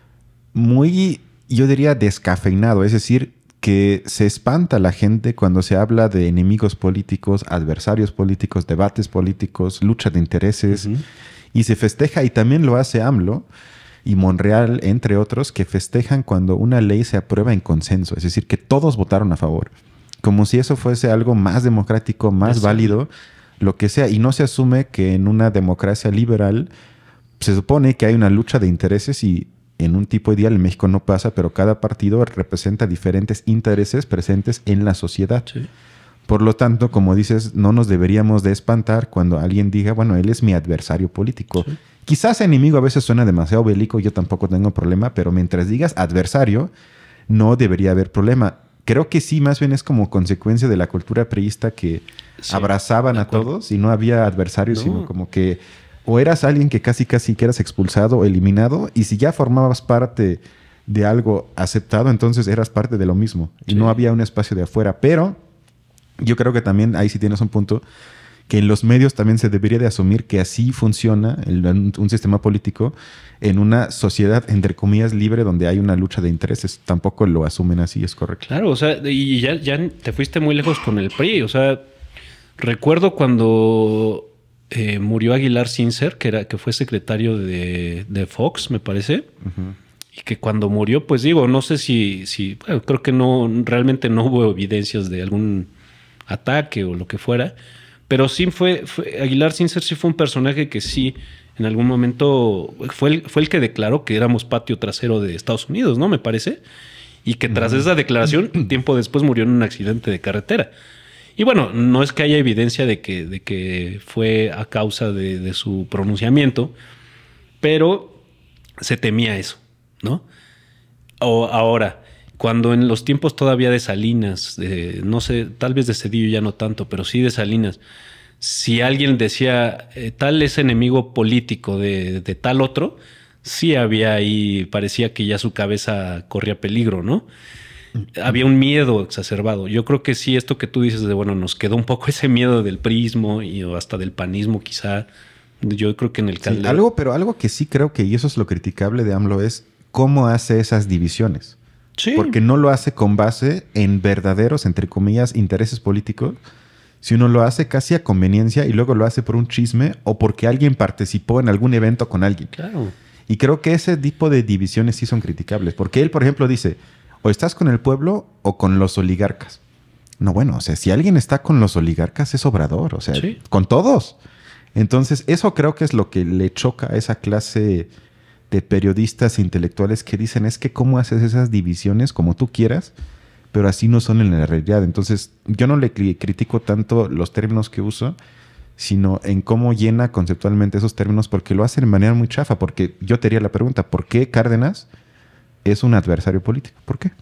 [SPEAKER 1] muy, yo diría, descafeinado. Es decir, que se espanta la gente cuando se habla de enemigos políticos, adversarios políticos, debates políticos, lucha de intereses. Uh-huh. Y se festeja, y también lo hace AMLO y Monreal, entre otros, que festejan cuando una ley se aprueba en consenso. Es decir, que todos votaron a favor. Como si eso fuese algo más democrático, más
[SPEAKER 2] Eso.
[SPEAKER 1] válido, lo que sea, y no se asume que en una democracia liberal se supone que hay una lucha de intereses y en un tipo ideal en México no pasa, pero cada partido representa diferentes intereses presentes en la sociedad.
[SPEAKER 2] Sí.
[SPEAKER 1] Por lo tanto, como dices, no nos deberíamos de espantar cuando alguien diga, bueno, él es mi adversario político. Sí. Quizás enemigo a veces suena demasiado bélico, yo tampoco tengo problema, pero mientras digas adversario, no debería haber problema. Creo que sí, más bien es como consecuencia de la cultura priista que sí, abrazaban a todos y no había adversarios, no. sino como que o eras alguien que casi casi que eras expulsado o eliminado, y si ya formabas parte de algo aceptado, entonces eras parte de lo mismo y sí. no había un espacio de afuera. Pero yo creo que también ahí sí tienes un punto, que en los medios también se debería de asumir que así funciona el, un, un sistema político en una sociedad, entre comillas, libre, donde hay una lucha de intereses. Tampoco lo asumen así, es correcto.
[SPEAKER 2] Claro, o sea, y ya, ya te fuiste muy lejos con el P R I. O sea, recuerdo cuando eh, murió Aguilar Sincer, que, era, que fue secretario de, de Fox, me parece, uh-huh. y que cuando murió, pues digo, no sé si, si bueno, creo que no, realmente no hubo evidencias de algún ataque o lo que fuera, pero sí fue, fue Aguilar Sincer sí fue un personaje que sí en algún momento fue el, fue el que declaró que éramos patio trasero de Estados Unidos, ¿no? Me parece. Y que tras uh-huh. esa declaración, tiempo después murió en un accidente de carretera. Y bueno, no es que haya evidencia de que, de que fue a causa de, de su pronunciamiento, pero se temía eso, ¿no? O ahora, cuando en los tiempos todavía de Salinas, de, no sé, tal vez de Cedillo ya no tanto, pero sí de Salinas, si alguien decía eh, tal es enemigo político de, de tal otro, sí había ahí, parecía que ya su cabeza corría peligro, ¿no? Había un miedo exacerbado. Yo creo que sí, esto que tú dices de, bueno, nos quedó un poco ese miedo del prismo y hasta del panismo quizá. Yo creo que en el Calderón...
[SPEAKER 1] Sí, algo, pero algo que sí creo que, y eso es lo criticable de AMLO, es cómo hace esas divisiones.
[SPEAKER 2] Sí.
[SPEAKER 1] Porque no lo hace con base en verdaderos, entre comillas, intereses políticos, sino lo hace casi a conveniencia y luego lo hace por un chisme o porque alguien participó en algún evento con alguien.
[SPEAKER 2] Claro.
[SPEAKER 1] Y creo que ese tipo de divisiones sí son criticables. Porque él, por ejemplo, dice, o estás con el pueblo o con los oligarcas. No, bueno, o sea, si alguien está con los oligarcas es Obrador, o sea, sí. con todos. Entonces, eso creo que es lo que le choca a esa clase de periodistas e intelectuales que dicen es que cómo haces esas divisiones como tú quieras, pero así no son en la realidad. Entonces, yo no le critico tanto los términos que uso, sino en cómo llena conceptualmente esos términos, porque lo hacen de manera muy chafa. Porque yo te haría la pregunta, ¿por qué Cárdenas es un adversario político? ¿Por qué?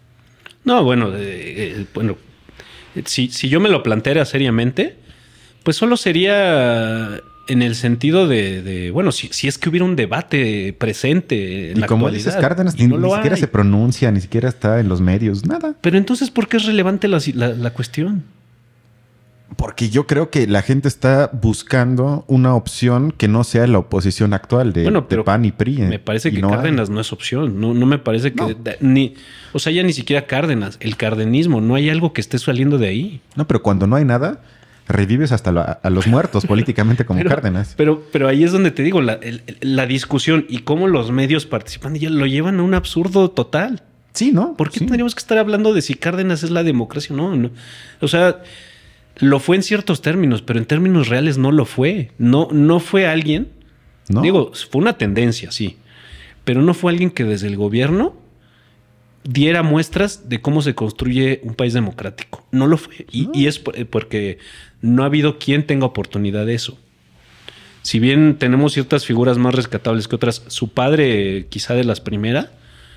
[SPEAKER 2] No, bueno, eh, eh, bueno, si, si yo me lo planteara seriamente, pues solo sería en el sentido de, de bueno, si, si es que hubiera un debate presente en
[SPEAKER 1] y
[SPEAKER 2] la
[SPEAKER 1] como
[SPEAKER 2] actualidad.
[SPEAKER 1] dices, Cárdenas
[SPEAKER 2] y
[SPEAKER 1] ni,
[SPEAKER 2] no
[SPEAKER 1] ni
[SPEAKER 2] lo
[SPEAKER 1] siquiera
[SPEAKER 2] hay.
[SPEAKER 1] se pronuncia, ni siquiera está en los medios, nada.
[SPEAKER 2] Pero entonces, ¿por qué es relevante la, la, la cuestión?
[SPEAKER 1] Porque yo creo que la gente está buscando una opción que no sea la oposición actual de,
[SPEAKER 2] Bueno,
[SPEAKER 1] de
[SPEAKER 2] pero
[SPEAKER 1] P A N y P R I.
[SPEAKER 2] Me parece
[SPEAKER 1] y
[SPEAKER 2] que
[SPEAKER 1] no
[SPEAKER 2] Cárdenas
[SPEAKER 1] hay.
[SPEAKER 2] no es opción. No, no me parece que...
[SPEAKER 1] No.
[SPEAKER 2] de- ni, o sea, ya ni siquiera Cárdenas. El cardenismo. No hay algo que esté saliendo de ahí.
[SPEAKER 1] No, pero cuando no hay nada, revives hasta lo- a los muertos políticamente como
[SPEAKER 2] pero,
[SPEAKER 1] Cárdenas.
[SPEAKER 2] Pero, pero ahí es donde te digo, la, el- la discusión y cómo los medios participan ya lo llevan a un absurdo total.
[SPEAKER 1] Sí, ¿no?
[SPEAKER 2] ¿Por qué
[SPEAKER 1] Sí.
[SPEAKER 2] tendríamos que estar hablando de si Cárdenas es la democracia o no? no? O sea, lo fue en ciertos términos, pero en términos reales no lo fue. No, no fue alguien...
[SPEAKER 1] ¿No?
[SPEAKER 2] Digo, fue una tendencia, sí. Pero no fue alguien que desde el gobierno diera muestras de cómo se construye un país democrático. No lo fue. Y,
[SPEAKER 1] No.
[SPEAKER 2] y es por- porque no ha habido quien tenga oportunidad de eso. Si bien tenemos ciertas figuras más rescatables que otras, su padre quizá de las primeras,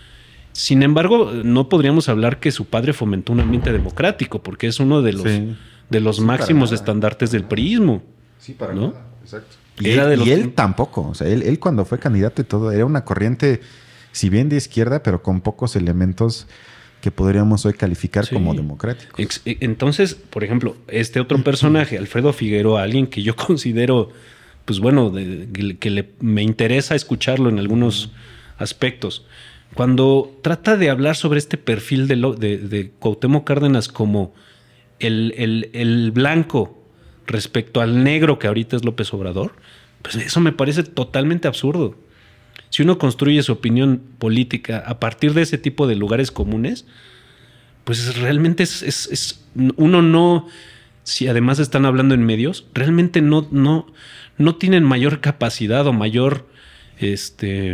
[SPEAKER 2] sin embargo, no podríamos hablar que su padre fomentó un ambiente democrático, porque es uno de los,
[SPEAKER 1] Sí.
[SPEAKER 2] de los
[SPEAKER 1] Sí, para
[SPEAKER 2] máximos
[SPEAKER 1] nada.
[SPEAKER 2] estandartes del priismo.
[SPEAKER 1] Sí, para
[SPEAKER 2] ¿no?
[SPEAKER 1] nada. Exacto.
[SPEAKER 2] Y
[SPEAKER 1] Y,
[SPEAKER 2] era
[SPEAKER 1] él,
[SPEAKER 2] de los
[SPEAKER 1] y él
[SPEAKER 2] que-
[SPEAKER 1] tampoco. O sea, él, él cuando fue candidato y todo, era una corriente, si bien de izquierda, pero con pocos elementos que podríamos hoy calificar
[SPEAKER 2] Sí.
[SPEAKER 1] como democráticos.
[SPEAKER 2] Ex- e- Entonces, por ejemplo, este otro personaje, Alfredo Figueroa, alguien que yo considero, pues bueno, de- que, que le- me interesa escucharlo en algunos aspectos. Cuando trata de hablar sobre este perfil de, lo- de, de Cuauhtémoc Cárdenas como el, el- el blanco respecto al negro que ahorita es López Obrador, pues eso me parece totalmente absurdo. Si uno construye su opinión política a partir de ese tipo de lugares comunes, pues realmente es, es- es- uno no, si además están hablando en medios, realmente no, no, no tienen mayor capacidad o mayor, este,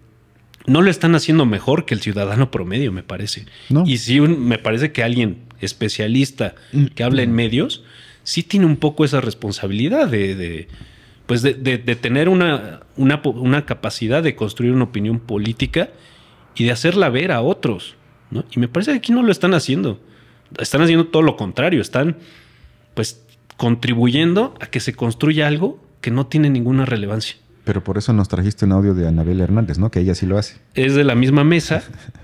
[SPEAKER 2] no lo están haciendo mejor que el ciudadano promedio, me parece.
[SPEAKER 1] No.
[SPEAKER 2] Y sí, un- me parece que alguien especialista que habla en medios, sí tiene un poco esa responsabilidad de, de pues de, de- de tener una, una, po- una capacidad de construir una opinión política y de hacerla ver a otros, ¿no? Y me parece que aquí no lo están haciendo. Están haciendo todo lo contrario. Están, pues, contribuyendo a que se construya algo que no tiene ninguna relevancia.
[SPEAKER 1] Pero por eso nos trajiste un audio de Anabel Hernández, ¿no? Que ella sí lo hace.
[SPEAKER 2] Es de la misma mesa.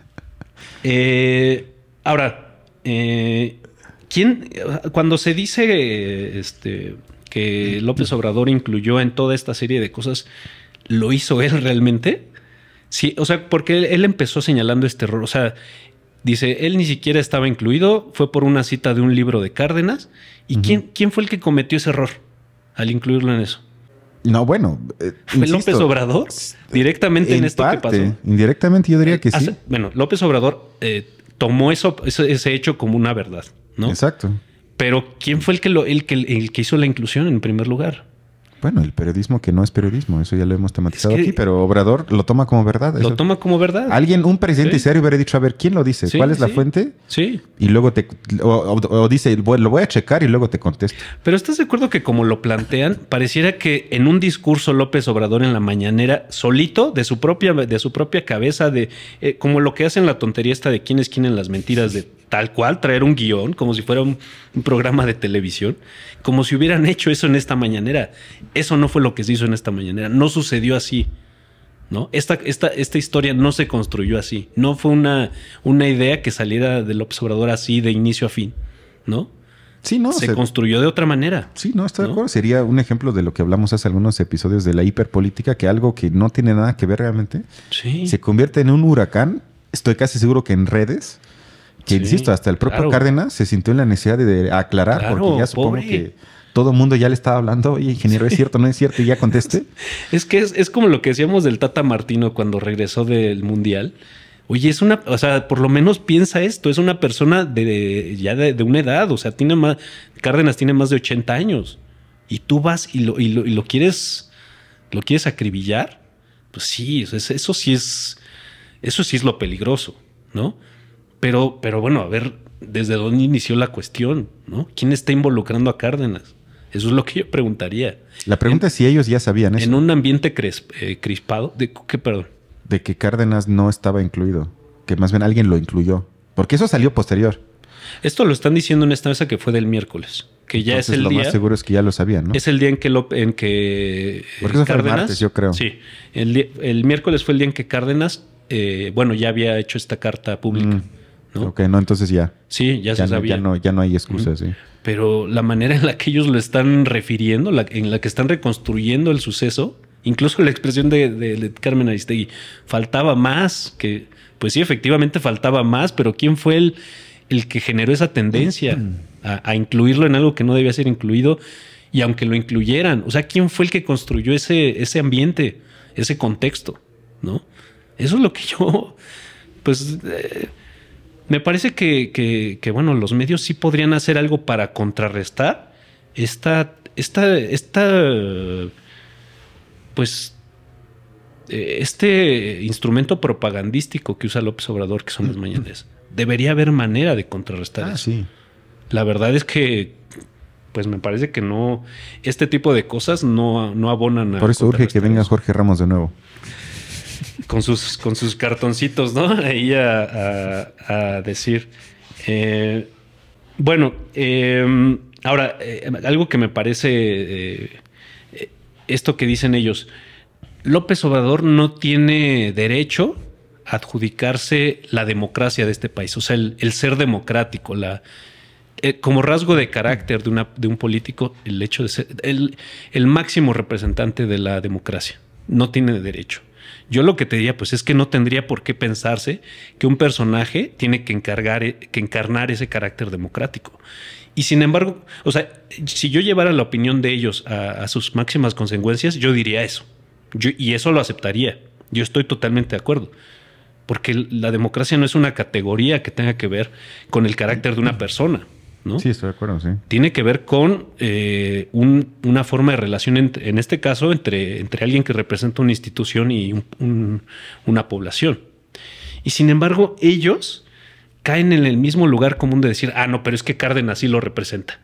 [SPEAKER 2] Eh, ahora, eh, ¿quién, cuando se dice eh, este, que López Obrador incluyó en toda esta serie de cosas, ¿lo hizo él realmente? Sí, o sea, porque él, él empezó señalando este error. O sea, dice, él ni siquiera estaba incluido, fue por una cita de un libro de Cárdenas. ¿Y
[SPEAKER 1] Ujú.
[SPEAKER 2] quién, quién fue el que cometió ese error al incluirlo en eso?
[SPEAKER 1] No, bueno. eh,
[SPEAKER 2] ¿Fue
[SPEAKER 1] insisto,
[SPEAKER 2] López Obrador? Directamente en,
[SPEAKER 1] en
[SPEAKER 2] esto
[SPEAKER 1] parte,
[SPEAKER 2] que pasó.
[SPEAKER 1] indirectamente yo diría que sí.
[SPEAKER 2] Hace- bueno, López Obrador eh, tomó eso, ese, ese hecho como una verdad, ¿no?
[SPEAKER 1] Exacto.
[SPEAKER 2] Pero ¿quién fue el que, lo, el, que, el que hizo la inclusión en primer lugar?
[SPEAKER 1] Bueno, el periodismo que no es periodismo, eso ya lo hemos tematizado
[SPEAKER 2] Es que-
[SPEAKER 1] aquí, pero Obrador lo toma como verdad.
[SPEAKER 2] Lo
[SPEAKER 1] eso.
[SPEAKER 2] toma como verdad.
[SPEAKER 1] Alguien, un presidente
[SPEAKER 2] Sí.
[SPEAKER 1] serio hubiera dicho, a ver, ¿quién lo dice?
[SPEAKER 2] Sí,
[SPEAKER 1] ¿Cuál es la
[SPEAKER 2] sí.
[SPEAKER 1] fuente?
[SPEAKER 2] Sí.
[SPEAKER 1] Y luego te... O, o- o dice, "Bueno, lo voy a checar y luego te contesto.
[SPEAKER 2] Pero ¿estás de acuerdo que como lo plantean, pareciera que en un discurso López Obrador en la mañanera, solito, de su propia, de su propia cabeza, de eh, como lo que hacen la tontería esta de quién es quién en las mentiras, de tal cual, traer un guión, como si fuera un, un programa de televisión, como si hubieran hecho eso en esta mañanera? Eso no fue lo que se hizo en esta mañanera, no sucedió así. ¿No? Esta, esta, esta historia no se construyó así. No fue una, una idea que saliera de López Obrador así de inicio a fin, ¿no?
[SPEAKER 1] Sí, no.
[SPEAKER 2] se
[SPEAKER 1] o sea,
[SPEAKER 2] construyó de otra manera.
[SPEAKER 1] Sí, no, estoy de
[SPEAKER 2] ¿no?
[SPEAKER 1] acuerdo. Sería un ejemplo de lo que hablamos hace algunos episodios de la hiperpolítica, que algo que no tiene nada que ver realmente,
[SPEAKER 2] Sí.
[SPEAKER 1] se convierte en un huracán. Estoy casi seguro que en redes, que
[SPEAKER 2] Sí,
[SPEAKER 1] insisto, hasta el propio
[SPEAKER 2] claro.
[SPEAKER 1] Cárdenas se sintió en la necesidad de, de aclarar,
[SPEAKER 2] Claro,
[SPEAKER 1] porque ya supongo
[SPEAKER 2] pobre.
[SPEAKER 1] que todo el mundo ya le estaba hablando, oye, ingeniero, ¿es cierto, no es cierto? Y ya conteste.
[SPEAKER 2] Es que es, es como lo que decíamos del Tata Martino cuando regresó del Mundial. Oye, es una, o sea, por lo menos piensa esto, es una persona de ya de, de una edad, o sea, tiene más, Cárdenas tiene más de ochenta años y tú vas y lo, y lo, y lo quieres, lo quieres acribillar. Pues sí, eso sí es, eso sí es lo peligroso, ¿no? Pero, pero bueno, a ver, ¿desde dónde inició la cuestión, no? ¿Quién está involucrando a Cárdenas? Eso es lo que yo preguntaría.
[SPEAKER 1] La pregunta
[SPEAKER 2] en,
[SPEAKER 1] es si ellos ya sabían eso.
[SPEAKER 2] En un ambiente cres, eh, crispado, ¿de qué, perdón?
[SPEAKER 1] De que Cárdenas no estaba incluido, que más bien alguien lo incluyó, porque eso salió posterior.
[SPEAKER 2] Esto lo están diciendo en esta mesa que fue del miércoles, que ya
[SPEAKER 1] Entonces,
[SPEAKER 2] es el
[SPEAKER 1] lo
[SPEAKER 2] día.
[SPEAKER 1] Lo más seguro es que ya lo sabían, ¿no?
[SPEAKER 2] Es el día en que lo, en que
[SPEAKER 1] porque eso Cárdenas, fue el martes, yo creo.
[SPEAKER 2] Sí, el, el miércoles fue el día en que Cárdenas, eh, bueno, ya había hecho esta carta pública. Mm. ¿No?
[SPEAKER 1] Ok, no, entonces ya.
[SPEAKER 2] Sí, ya, ya se
[SPEAKER 1] no,
[SPEAKER 2] sabía.
[SPEAKER 1] Ya no, ya no hay excusas, uh-huh. sí.
[SPEAKER 2] Pero la manera en la que ellos lo están refiriendo, la, en la que están reconstruyendo el suceso, incluso la expresión de, de, de Carmen Aristegui, faltaba más, que pues sí, efectivamente faltaba más, pero ¿quién fue el, el que generó esa tendencia uh-huh. a, a incluirlo en algo que no debía ser incluido? Y aunque lo incluyeran, o sea, ¿quién fue el que construyó ese, ese ambiente, ese contexto? ¿No? Eso es lo que yo, pues... Eh, me parece que, que, que, bueno, los medios sí podrían hacer algo para contrarrestar esta, esta, esta, pues, este instrumento propagandístico que usa López Obrador, que son las mañaneras. Debería haber manera de contrarrestar
[SPEAKER 1] ah,
[SPEAKER 2] eso.
[SPEAKER 1] Sí.
[SPEAKER 2] La verdad es que, pues, me parece que no, este tipo de cosas no, no abonan a.
[SPEAKER 1] Por eso urge que venga Jorge Ramos de nuevo.
[SPEAKER 2] Con sus, con sus cartoncitos, ¿no? Ahí a, a, a decir. Eh, bueno, eh, ahora, eh, algo que me parece, eh, esto que dicen ellos, López Obrador no tiene derecho a adjudicarse la democracia de este país, o sea, el, el ser democrático, la, eh, como rasgo de carácter de, una, de un político, el hecho de ser el, el máximo representante de la democracia, no tiene derecho. Yo lo que te diría, pues, es que no tendría por qué pensarse que un personaje tiene que, encargar, que encarnar ese carácter democrático. Y sin embargo, o sea, si yo llevara la opinión de ellos a, a sus máximas consecuencias, yo diría eso. Yo, y eso lo aceptaría. Yo estoy totalmente de acuerdo. Porque la democracia no es una categoría que tenga que ver con el carácter de una persona, ¿no?
[SPEAKER 1] Sí, estoy de acuerdo, sí.
[SPEAKER 2] Tiene que ver con eh, un, una forma de relación, entre, en este caso, entre, entre alguien que representa una institución y un, un, una población. Y sin embargo, ellos caen en el mismo lugar común de decir, ah, no, pero es que Cárdenas sí lo representa.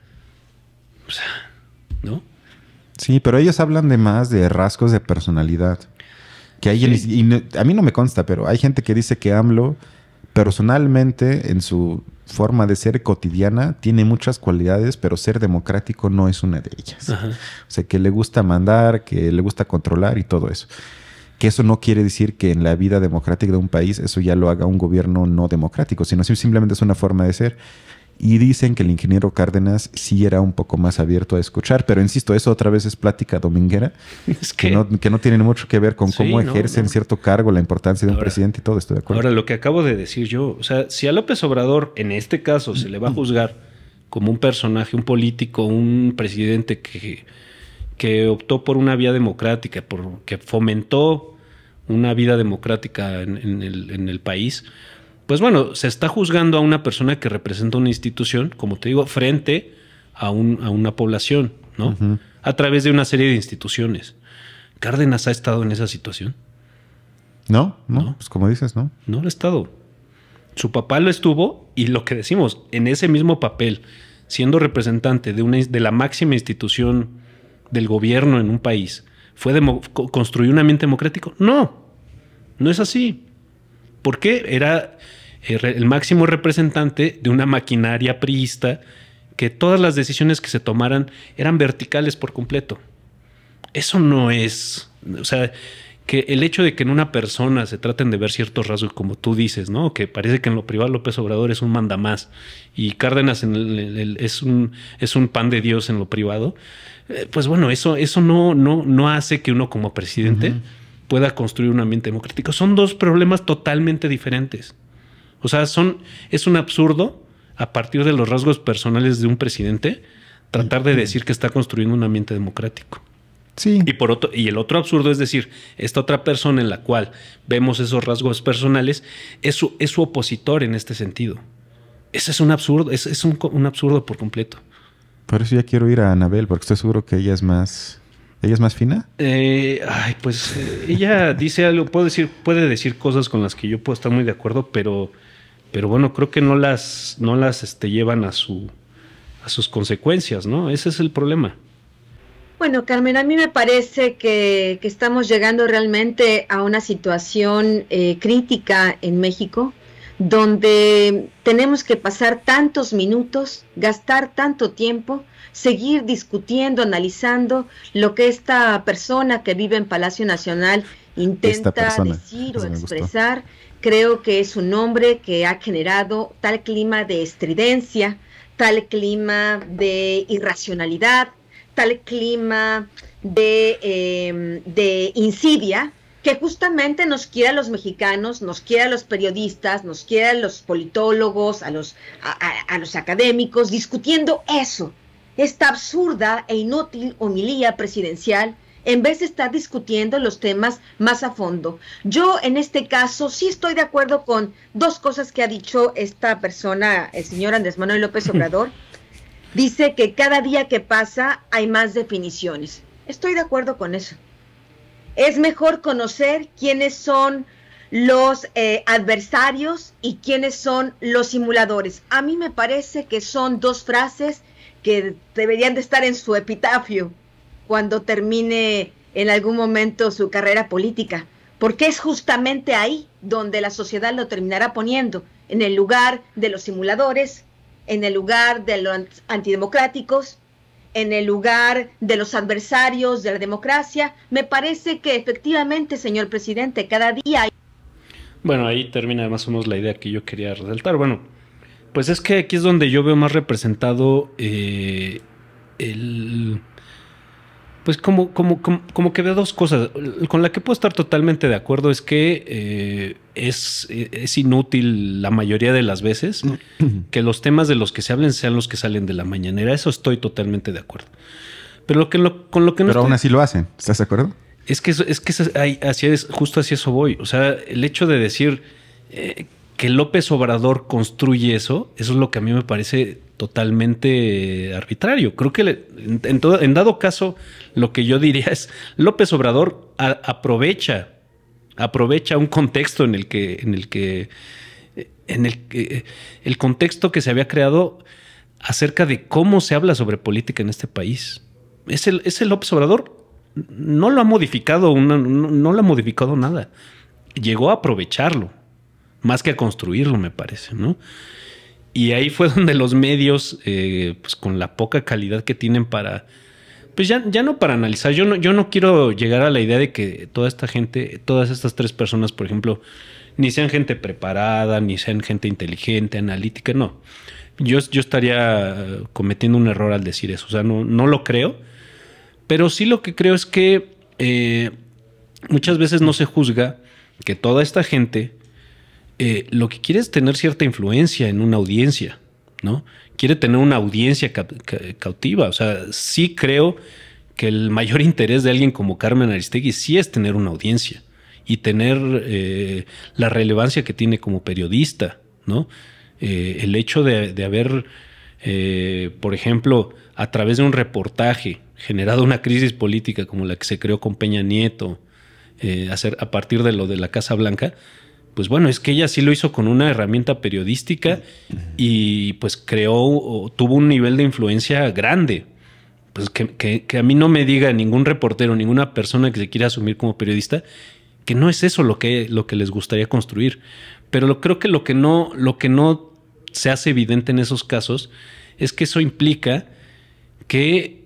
[SPEAKER 2] O sea, ¿no?
[SPEAKER 1] Sí, pero ellos hablan de más de rasgos de personalidad. Que hay sí. y no, a mí no me consta, pero hay gente que dice que AMLO personalmente en su forma de ser cotidiana tiene muchas cualidades, pero ser democrático no es una de ellas. Ajá. O sea, que le gusta mandar, que le gusta controlar y todo eso. Que eso no quiere decir que en la vida democrática de un país eso ya lo haga un gobierno no democrático, sino simplemente es una forma de ser. Y dicen que el ingeniero Cárdenas sí era un poco más abierto a escuchar, pero insisto, eso otra vez es plática dominguera, es que, que, no, que no tiene mucho que ver con sí, cómo ejercen no, no. cierto cargo, la importancia de ahora, un presidente y todo, estoy de acuerdo.
[SPEAKER 2] Ahora, lo que acabo de decir yo, o sea, si a López Obrador en este caso se le va a juzgar como un personaje, un político, un presidente que, que optó por una vía democrática, por, que fomentó una vida democrática en, en, el, en el país, pues bueno, se está juzgando a una persona que representa una institución, como te digo, frente a, un, a una población, ¿no? Uh-huh. A través de una serie de instituciones. ¿Cárdenas ha estado en esa situación?
[SPEAKER 1] No, no, no, pues como dices, ¿no?
[SPEAKER 2] No lo ha estado. Su papá lo estuvo y lo que decimos, en ese mismo papel, siendo representante de, una, de la máxima institución del gobierno en un país, ¿fue demo, construir un ambiente democrático? No, no es así. ¿Por qué? Era el máximo representante de una maquinaria priista que todas las decisiones que se tomaran eran verticales por completo. Eso no es... O sea, que el hecho de que en una persona se traten de ver ciertos rasgos, como tú dices, ¿no? Que parece que en lo privado López Obrador es un mandamás y Cárdenas en el, el, el, es, un, es un pan de Dios en lo privado. Eh, pues bueno, eso, eso no, no, no hace que uno como presidente... Uh-huh. pueda construir un ambiente democrático. Son dos problemas totalmente diferentes. O sea, son, es un absurdo, a partir de los rasgos personales de un presidente, tratar de decir que está construyendo un ambiente democrático.
[SPEAKER 1] Sí.
[SPEAKER 2] Y, por otro, y el otro absurdo es decir, esta otra persona en la cual vemos esos rasgos personales es su, es su opositor en este sentido. Ese es un absurdo, es, es un, un absurdo por completo.
[SPEAKER 1] Por eso ya quiero ir a Anabel, porque estoy seguro que ella es más... ¿Ella es más fina?
[SPEAKER 2] Eh, ay, pues eh, ella dice algo, puedo decir, puede decir cosas con las que yo puedo estar muy de acuerdo, pero, pero bueno, creo que no las, no las este, llevan a su, a sus consecuencias, ¿no? Ese es el problema.
[SPEAKER 8] Bueno, Carmen, a mí me parece que, que estamos llegando realmente a una situación eh, crítica en México, donde tenemos que pasar tantos minutos, gastar tanto tiempo, seguir discutiendo, analizando lo que esta persona que vive en Palacio Nacional intenta
[SPEAKER 1] persona,
[SPEAKER 8] decir o expresar. Creo que es un hombre que ha generado tal clima de estridencia, tal clima de irracionalidad, tal clima de, eh, de insidia, que justamente nos quiere a los mexicanos, nos quiere a los periodistas, nos quiere a los politólogos, a los, a, a, a los académicos, discutiendo eso, esta absurda e inútil homilía presidencial, en vez de estar discutiendo los temas más a fondo. Yo, en este caso, sí estoy de acuerdo con dos cosas que ha dicho esta persona, el señor Andrés Manuel López Obrador. Dice que cada día que pasa hay más definiciones. Estoy de acuerdo con eso. Es mejor conocer quiénes son los eh, adversarios y quiénes son los simuladores. A mí me parece que son dos frases que deberían de estar en su epitafio cuando termine en algún momento su carrera política, porque es justamente ahí donde la sociedad lo terminará poniendo, en el lugar de los simuladores, en el lugar de los antidemocráticos, en el lugar de los adversarios de la democracia. Me parece que efectivamente, señor presidente, cada día hay...
[SPEAKER 2] Bueno, ahí termina más o menos la idea que yo quería resaltar. Bueno, pues es que aquí es donde yo veo más representado eh, el... Pues como, como, como, como que veo dos cosas. Con la que puedo estar totalmente de acuerdo es que eh, es, es inútil la mayoría de las veces que los temas de los que se hablen sean los que salen de la mañanera. Eso estoy totalmente de acuerdo. Pero lo que lo, con lo que no
[SPEAKER 1] Pero
[SPEAKER 2] estoy,
[SPEAKER 1] aún así lo hacen. ¿Estás de acuerdo?
[SPEAKER 2] Es que, es que es, hay, así es, justo hacia eso voy. O sea, el hecho de decir eh, que López Obrador construye eso, eso es lo que a mí me parece totalmente arbitrario. Creo que le, en, en, todo, en dado caso, lo que yo diría es López Obrador a, aprovecha, aprovecha un contexto en el que, en el que, en el que, el contexto que se había creado acerca de cómo se habla sobre política en este país. Ese, ese López Obrador no lo ha modificado, una, no, no lo ha modificado nada. Llegó a aprovecharlo, más que a construirlo, me parece, ¿no? Y ahí fue donde los medios, eh, pues con la poca calidad que tienen para, pues ya, ya no para analizar. Yo no, yo no quiero llegar a la idea de que toda esta gente, todas estas tres personas, por ejemplo, ni sean gente preparada, ni sean gente inteligente, analítica, no. Yo, yo estaría cometiendo un error al decir eso. O sea, no, no lo creo. Pero sí lo que creo es que eh, muchas veces no se juzga que toda esta gente eh, lo que quiere es tener cierta influencia en una audiencia, ¿no? Quiere tener una audiencia ca ca cautiva. O sea, sí creo que el mayor interés de alguien como Carmen Aristegui sí es tener una audiencia y tener eh, la relevancia que tiene como periodista, ¿no? Eh, el hecho de, de haber, eh, por ejemplo, a través de un reportaje generado una crisis política como la que se creó con Peña Nieto, eh, hacer, a partir de lo de la Casa Blanca, pues bueno, es que ella sí lo hizo con una herramienta periodística y pues creó o tuvo un nivel de influencia grande. Pues que, que, que a mí no me diga ningún reportero, ninguna persona que se quiera asumir como periodista, que no es eso lo que, lo que les gustaría construir. Pero lo, creo que lo que no, lo que no se hace evidente en esos casos es que eso implica que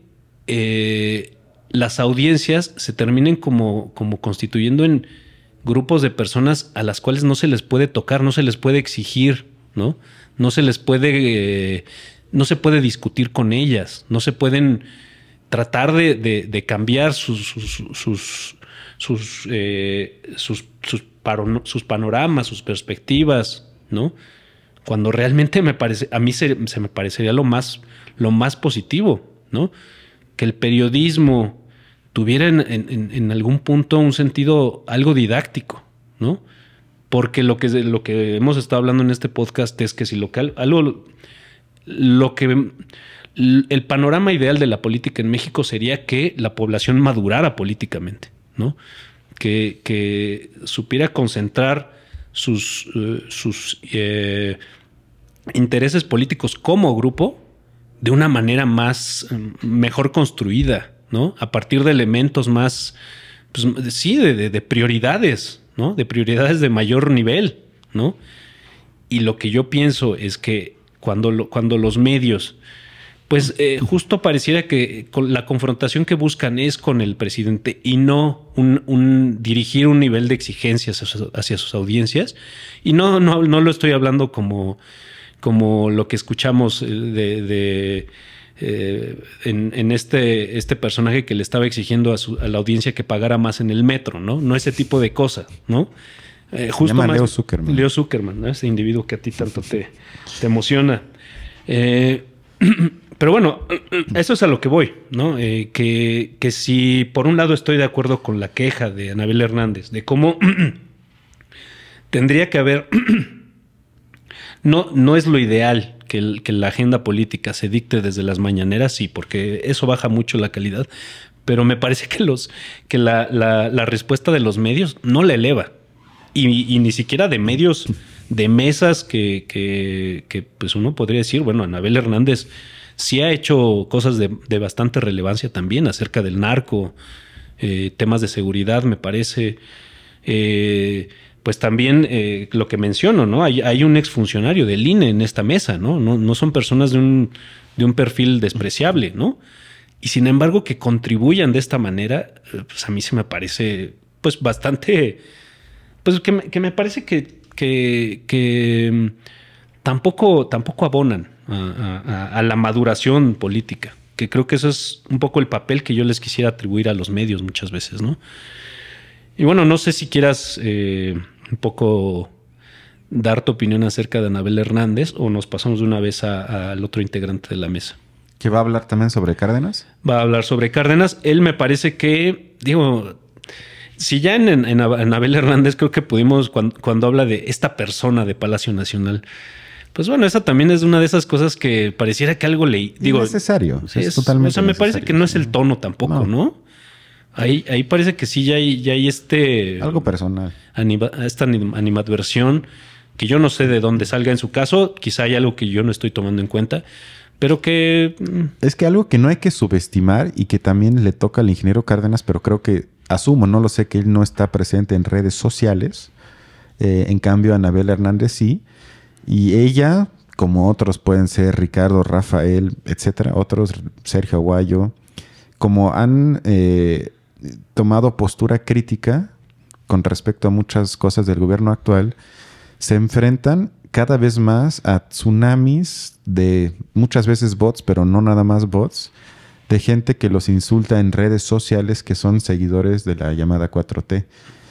[SPEAKER 2] eh, las audiencias se terminen como, como constituyendo en grupos de personas a las cuales no se les puede tocar, no se les puede exigir, ¿no? No se les puede, eh, no se puede discutir con ellas, no se pueden tratar de, de, de cambiar sus, sus, sus, sus, eh, sus, sus, paro, sus panoramas, sus perspectivas, ¿no? Cuando realmente me parece, a mí se, se me parecería lo más, lo más positivo, ¿no? Que el periodismo tuviera en, en, en algún punto un sentido algo didáctico, ¿no? Porque lo que, lo que hemos estado hablando en este podcast es que si lo que algo, lo que, el panorama ideal de la política en México sería que la población madurara políticamente, ¿no? Que, que supiera concentrar sus, uh, sus uh, intereses políticos como grupo de una manera más, mejor construida, ¿no? A partir de elementos más, pues, sí, de, de, de prioridades, ¿no? De prioridades de mayor nivel, ¿no? Y lo que yo pienso es que cuando, lo, cuando los medios, pues eh, justo pareciera que con la confrontación que buscan es con el presidente y no un, un dirigir un nivel de exigencias hacia, hacia sus audiencias. Y no, no, no lo estoy hablando como, como lo que escuchamos de, de eh, en, en este, este personaje que le estaba exigiendo a, su, a la audiencia que pagara más en el metro, ¿no? No ese tipo de cosas, ¿no? Eh, justo más,
[SPEAKER 1] Leo Zuckerman.
[SPEAKER 2] Leo Zuckerman, ¿no? Ese individuo que a ti tanto te, te emociona. Eh, Pero bueno, eso es a lo que voy, ¿no? Eh, que, que si por un lado estoy de acuerdo con la queja de Anabel Hernández, de cómo tendría que haber... no, no es lo ideal que, el, que la agenda política se dicte desde las mañaneras, sí, porque eso baja mucho la calidad, pero me parece que, los, que la, la, la respuesta de los medios no la eleva. Y, y ni siquiera de medios, de mesas que, que, que pues uno podría decir, bueno, Anabel Hernández sí ha hecho cosas de, de bastante relevancia también acerca del narco, eh, temas de seguridad, me parece. Eh, pues también eh, lo que menciono, ¿no? Hay, hay un exfuncionario del I N E en esta mesa, ¿no? No, no son personas de un, de un perfil despreciable, ¿no? Y sin embargo que contribuyan de esta manera, pues a mí se me parece pues bastante... Pues que me, que me parece que, que, que tampoco, tampoco abonan a, a, a la maduración política, que creo que eso es un poco el papel que yo les quisiera atribuir a los medios muchas veces, ¿no? Y bueno, no sé si quieras eh, un poco dar tu opinión acerca de Anabel Hernández o nos pasamos de una vez al otro integrante de la mesa.
[SPEAKER 1] ¿Que va a hablar también sobre Cárdenas?
[SPEAKER 2] Va a hablar sobre Cárdenas. Él me parece que, digo... Si ya en, en, en Anabel Hernández creo que pudimos, cuando, cuando habla de esta persona de Palacio Nacional, pues bueno, esa también es una de esas cosas que pareciera que algo leí. Digo,
[SPEAKER 1] necesario. O sea, es,
[SPEAKER 2] es
[SPEAKER 1] totalmente
[SPEAKER 2] O sea, me
[SPEAKER 1] necesario.
[SPEAKER 2] parece que no es el tono tampoco, ¿no? ¿no? Ahí, ahí parece que sí ya hay, ya hay este...
[SPEAKER 1] Algo personal.
[SPEAKER 2] Anima, esta animadversión que yo no sé de dónde salga en su caso. Quizá hay algo que yo no estoy tomando en cuenta. Pero que...
[SPEAKER 1] Es que algo que no hay que subestimar y que también le toca al ingeniero Cárdenas, pero creo que, asumo, no lo sé, que él no está presente en redes sociales. Eh, en cambio, Anabel Hernández sí. Y ella, como otros pueden ser Ricardo, Rafael, etcétera, otros, Sergio Aguayo, como han eh, tomado postura crítica con respecto a muchas cosas del gobierno actual, se enfrentan cada vez más a tsunamis de muchas veces bots, pero no nada más bots, de gente que los insulta en redes sociales que son seguidores de la llamada cuatro T.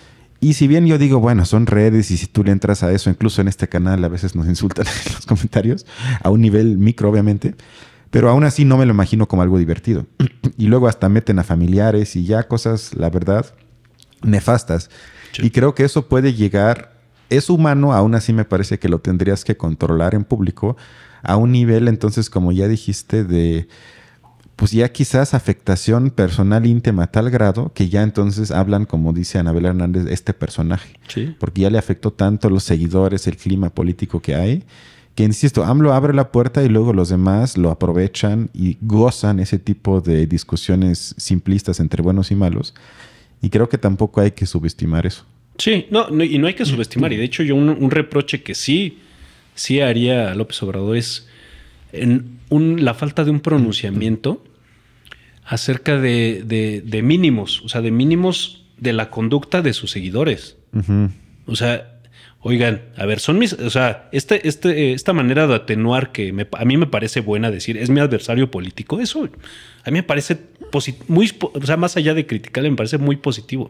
[SPEAKER 1] Y si bien yo digo, bueno, son redes y si tú le entras a eso, incluso en este canal a veces nos insultan en los comentarios, a un nivel micro obviamente, pero aún así no me lo imagino como algo divertido. Y luego hasta meten a familiares y ya cosas, la verdad, nefastas. Sí. Y creo que eso puede llegar... Es humano, aún así me parece que lo tendrías que controlar en público a un nivel, entonces, como ya dijiste, de pues ya quizás afectación personal íntima a tal grado que ya entonces hablan, como dice Anabel Hernández, este personaje.
[SPEAKER 2] Sí.
[SPEAKER 1] Porque ya le afectó tanto los seguidores, el clima político que hay, que insisto, AMLO abre la puerta y luego los demás lo aprovechan y gozan ese tipo de discusiones simplistas entre buenos y malos. Y creo que tampoco hay que subestimar eso.
[SPEAKER 2] Sí, no, no, y no hay que subestimar. Y de hecho yo un, un reproche que sí, sí haría a López Obrador es en un, la falta de un pronunciamiento acerca de, de, de mínimos, o sea, de mínimos de la conducta de sus seguidores. Uh-huh. O sea, oigan, a ver, son mis, o sea, este, este, esta manera de atenuar que me, a mí me parece buena decir, es mi adversario político, eso a mí me parece posit- muy, o sea, más allá de criticarle, me parece muy positivo.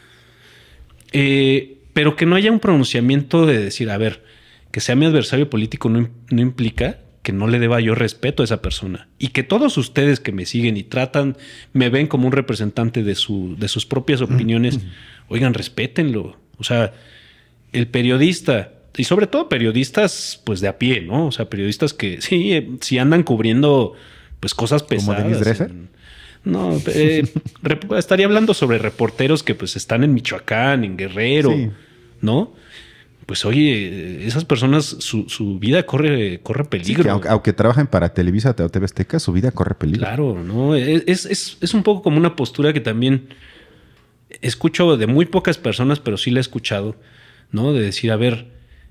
[SPEAKER 2] Eh, pero que no haya un pronunciamiento de decir, a ver, que sea mi adversario político no, no implica que no le deba yo respeto a esa persona. Y que todos ustedes que me siguen y tratan, me ven como un representante de, su, de sus propias opiniones, oigan, respétenlo. O sea, el periodista, y sobre todo periodistas pues de a pie, ¿no? O sea, periodistas que sí, si andan cubriendo pues cosas pesadas.
[SPEAKER 1] ¿Como Denise Dresser?
[SPEAKER 2] En, no, eh, rep, estaría hablando sobre reporteros que pues están en Michoacán, en Guerrero, sí. ¿no? Pues oye, esas personas, su, su vida corre, corre peligro.
[SPEAKER 1] Sí, aunque, aunque trabajen para Televisa o T V Azteca, su vida corre peligro.
[SPEAKER 2] Claro, ¿no? Es, es, es un poco como una postura que también escucho de muy pocas personas, pero sí la he escuchado, ¿no? De decir, a ver,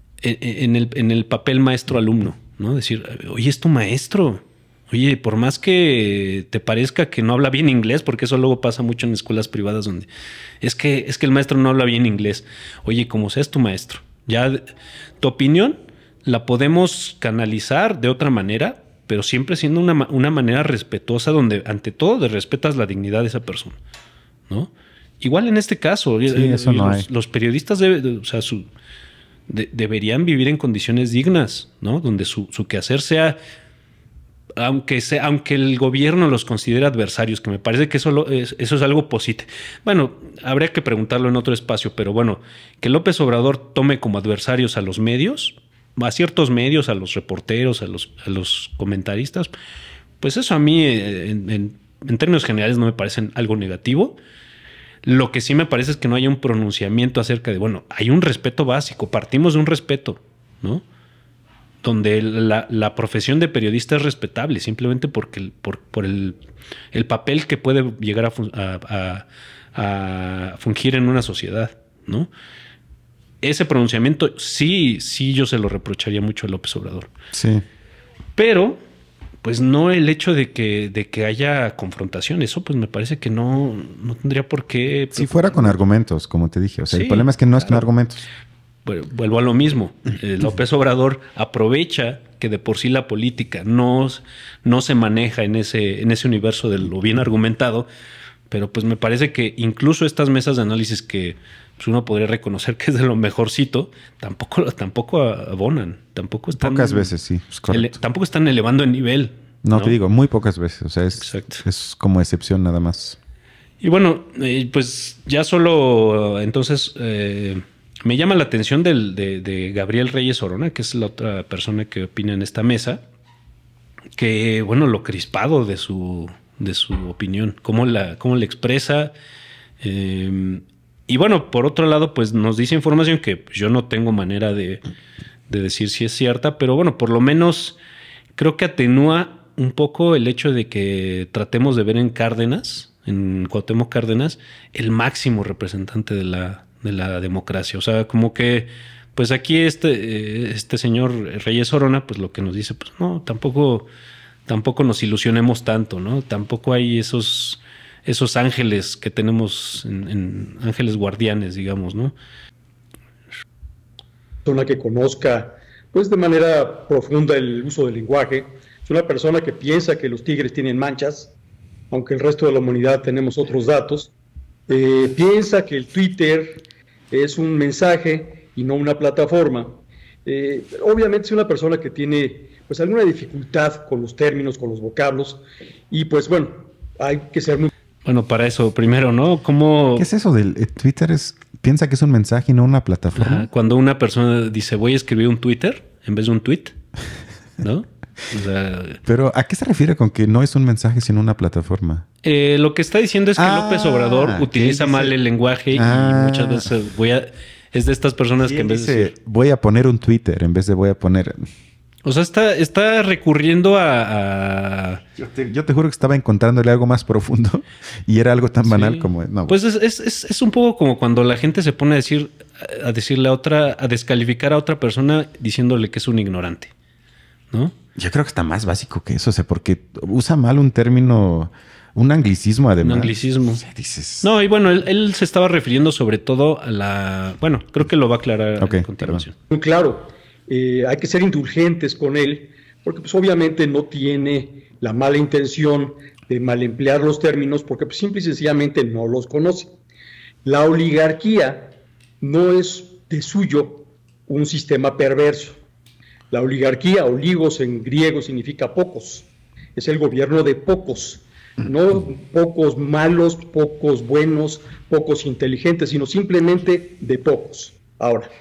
[SPEAKER 2] en el, en el papel maestro-alumno, ¿no? Decir, oye, es tu maestro. Oye, por más que te parezca que no habla bien inglés, porque eso luego pasa mucho en escuelas privadas donde es que, es que el maestro no habla bien inglés. Oye, como sea, es tu maestro. Ya tu opinión la podemos canalizar de otra manera, pero siempre siendo una, una manera respetuosa donde ante todo de respetas la dignidad de esa persona, ¿no? Igual en este caso,
[SPEAKER 1] sí,
[SPEAKER 2] eh,
[SPEAKER 1] eso no
[SPEAKER 2] los,
[SPEAKER 1] hay.
[SPEAKER 2] los periodistas debe, de, o sea, su, de, deberían vivir en condiciones dignas, ¿no? Donde su, su quehacer sea, aunque sea, aunque el gobierno los considere adversarios, que me parece que eso, lo, es, eso es algo positivo. Bueno, habría que preguntarlo en otro espacio, pero bueno, que López Obrador tome como adversarios a los medios, a ciertos medios, a los reporteros, a los, a los comentaristas, pues eso a mí, en, en, en términos generales, no me parece algo negativo. Lo que sí me parece es que no haya un pronunciamiento acerca de, bueno, hay un respeto básico, partimos de un respeto, ¿no? Donde la, la profesión de periodista es respetable, simplemente porque el, por, por el, el papel que puede llegar a, fun, a, a, a fungir en una sociedad, ¿no? Ese pronunciamiento sí, sí yo se lo reprocharía mucho a López Obrador.
[SPEAKER 1] Sí.
[SPEAKER 2] Pero, pues no el hecho de que, de que haya confrontación, eso pues me parece que no, no tendría por qué...
[SPEAKER 1] Si fuera con argumentos, como te dije. O sea,
[SPEAKER 2] sí,
[SPEAKER 1] el problema es que no
[SPEAKER 2] claro.
[SPEAKER 1] es con argumentos.
[SPEAKER 2] Bueno, vuelvo a lo mismo. Eh, López Obrador aprovecha que de por sí la política no, no se maneja en ese, en ese universo de lo bien argumentado, pero pues me parece que incluso estas mesas de análisis que pues uno podría reconocer que es de lo mejorcito, tampoco, tampoco abonan, tampoco están...
[SPEAKER 1] Pocas veces, sí. Es
[SPEAKER 2] ele, tampoco están elevando el nivel.
[SPEAKER 1] No, ¿no? Te digo, muy pocas veces. O sea, es,
[SPEAKER 2] Exacto.
[SPEAKER 1] es como excepción nada más.
[SPEAKER 2] Y bueno, eh, pues ya solo entonces... Eh, me llama la atención del, de, de Gabriel Reyes Orona, que es la otra persona que opina en esta mesa, que, bueno, lo crispado de su, de su opinión, cómo la, cómo la expresa. Eh, y bueno, por otro lado, pues nos dice información que yo no tengo manera de, de decir si es cierta, pero bueno, por lo menos creo que atenúa un poco el hecho de que tratemos de ver en Cárdenas, en Cuauhtémoc Cárdenas, el máximo representante de la de la democracia. O sea, como que pues aquí este, este señor Reyes Orona, pues lo que nos dice, pues no, tampoco, tampoco nos ilusionemos tanto, ¿no? Tampoco hay esos, esos ángeles que tenemos, en, en ángeles guardianes, digamos, ¿no?
[SPEAKER 9] Persona que conozca, pues de manera profunda el uso del lenguaje, es una persona que piensa que los tigres tienen manchas, aunque el resto de la humanidad tenemos otros datos. Eh, piensa que el Twitter es un mensaje y no una plataforma. Eh, obviamente es una persona que tiene pues alguna dificultad con los términos, con los vocablos, y pues bueno, hay que ser muy...
[SPEAKER 2] Bueno, para eso, primero, ¿no? ¿Cómo...
[SPEAKER 1] ¿Qué es eso del eh, Twitter? Es, piensa que es un mensaje y no una plataforma.
[SPEAKER 2] Ajá, cuando una persona dice, voy a escribir un Twitter en vez de un tweet, ¿no? O sea,
[SPEAKER 1] pero ¿a qué se refiere con que no es un mensaje sino una plataforma?
[SPEAKER 2] Eh, lo que está diciendo es que ah, López Obrador utiliza dice? mal el lenguaje ah. y muchas veces voy a, es de estas personas que en vez
[SPEAKER 1] dice,
[SPEAKER 2] de decir,
[SPEAKER 1] voy a poner un Twitter en vez de voy a poner...
[SPEAKER 2] O sea, está, está recurriendo a... a...
[SPEAKER 1] Yo, te, yo te juro que estaba encontrándole algo más profundo y era algo tan sí. banal como... No.
[SPEAKER 2] Pues es, es, es, es un poco como cuando la gente se pone a decir, a decirle a otra, a descalificar a otra persona diciéndole que es un ignorante, ¿no?
[SPEAKER 1] Yo creo que está más básico que eso, o sea, porque usa mal un término, un anglicismo además.
[SPEAKER 2] Un anglicismo.
[SPEAKER 1] O sea, dices...
[SPEAKER 2] No, y bueno, él, él se estaba refiriendo sobre todo a la... Bueno, creo que lo va a aclarar
[SPEAKER 1] okay,
[SPEAKER 2] a continuación.
[SPEAKER 9] Muy claro, eh, hay que ser indulgentes con él, porque pues obviamente no tiene la mala intención de mal emplear los términos, porque pues, simple y sencillamente no los conoce. La oligarquía no es de suyo un sistema perverso. La oligarquía, oligos en griego significa pocos, es el gobierno de pocos, no pocos malos, pocos buenos, pocos inteligentes, sino simplemente de pocos. Ahora,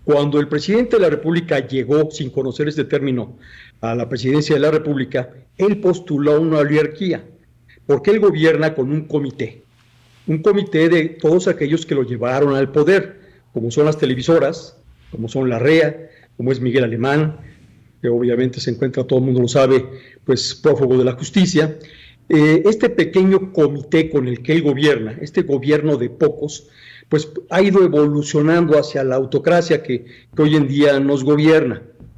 [SPEAKER 9] Cuando el presidente de la República llegó, sin conocer este término, a la presidencia de la República, él postuló una oligarquía, porque él gobierna con un comité, un comité de todos aquellos que lo llevaron al poder, como son las televisoras, como son la R E A, como es Miguel Alemán, que obviamente se encuentra, todo el mundo lo sabe, pues prófugo de la justicia. Eh, este pequeño comité con el que él gobierna, este gobierno de pocos, pues ha ido evolucionando hacia la autocracia que, que hoy en día nos gobierna.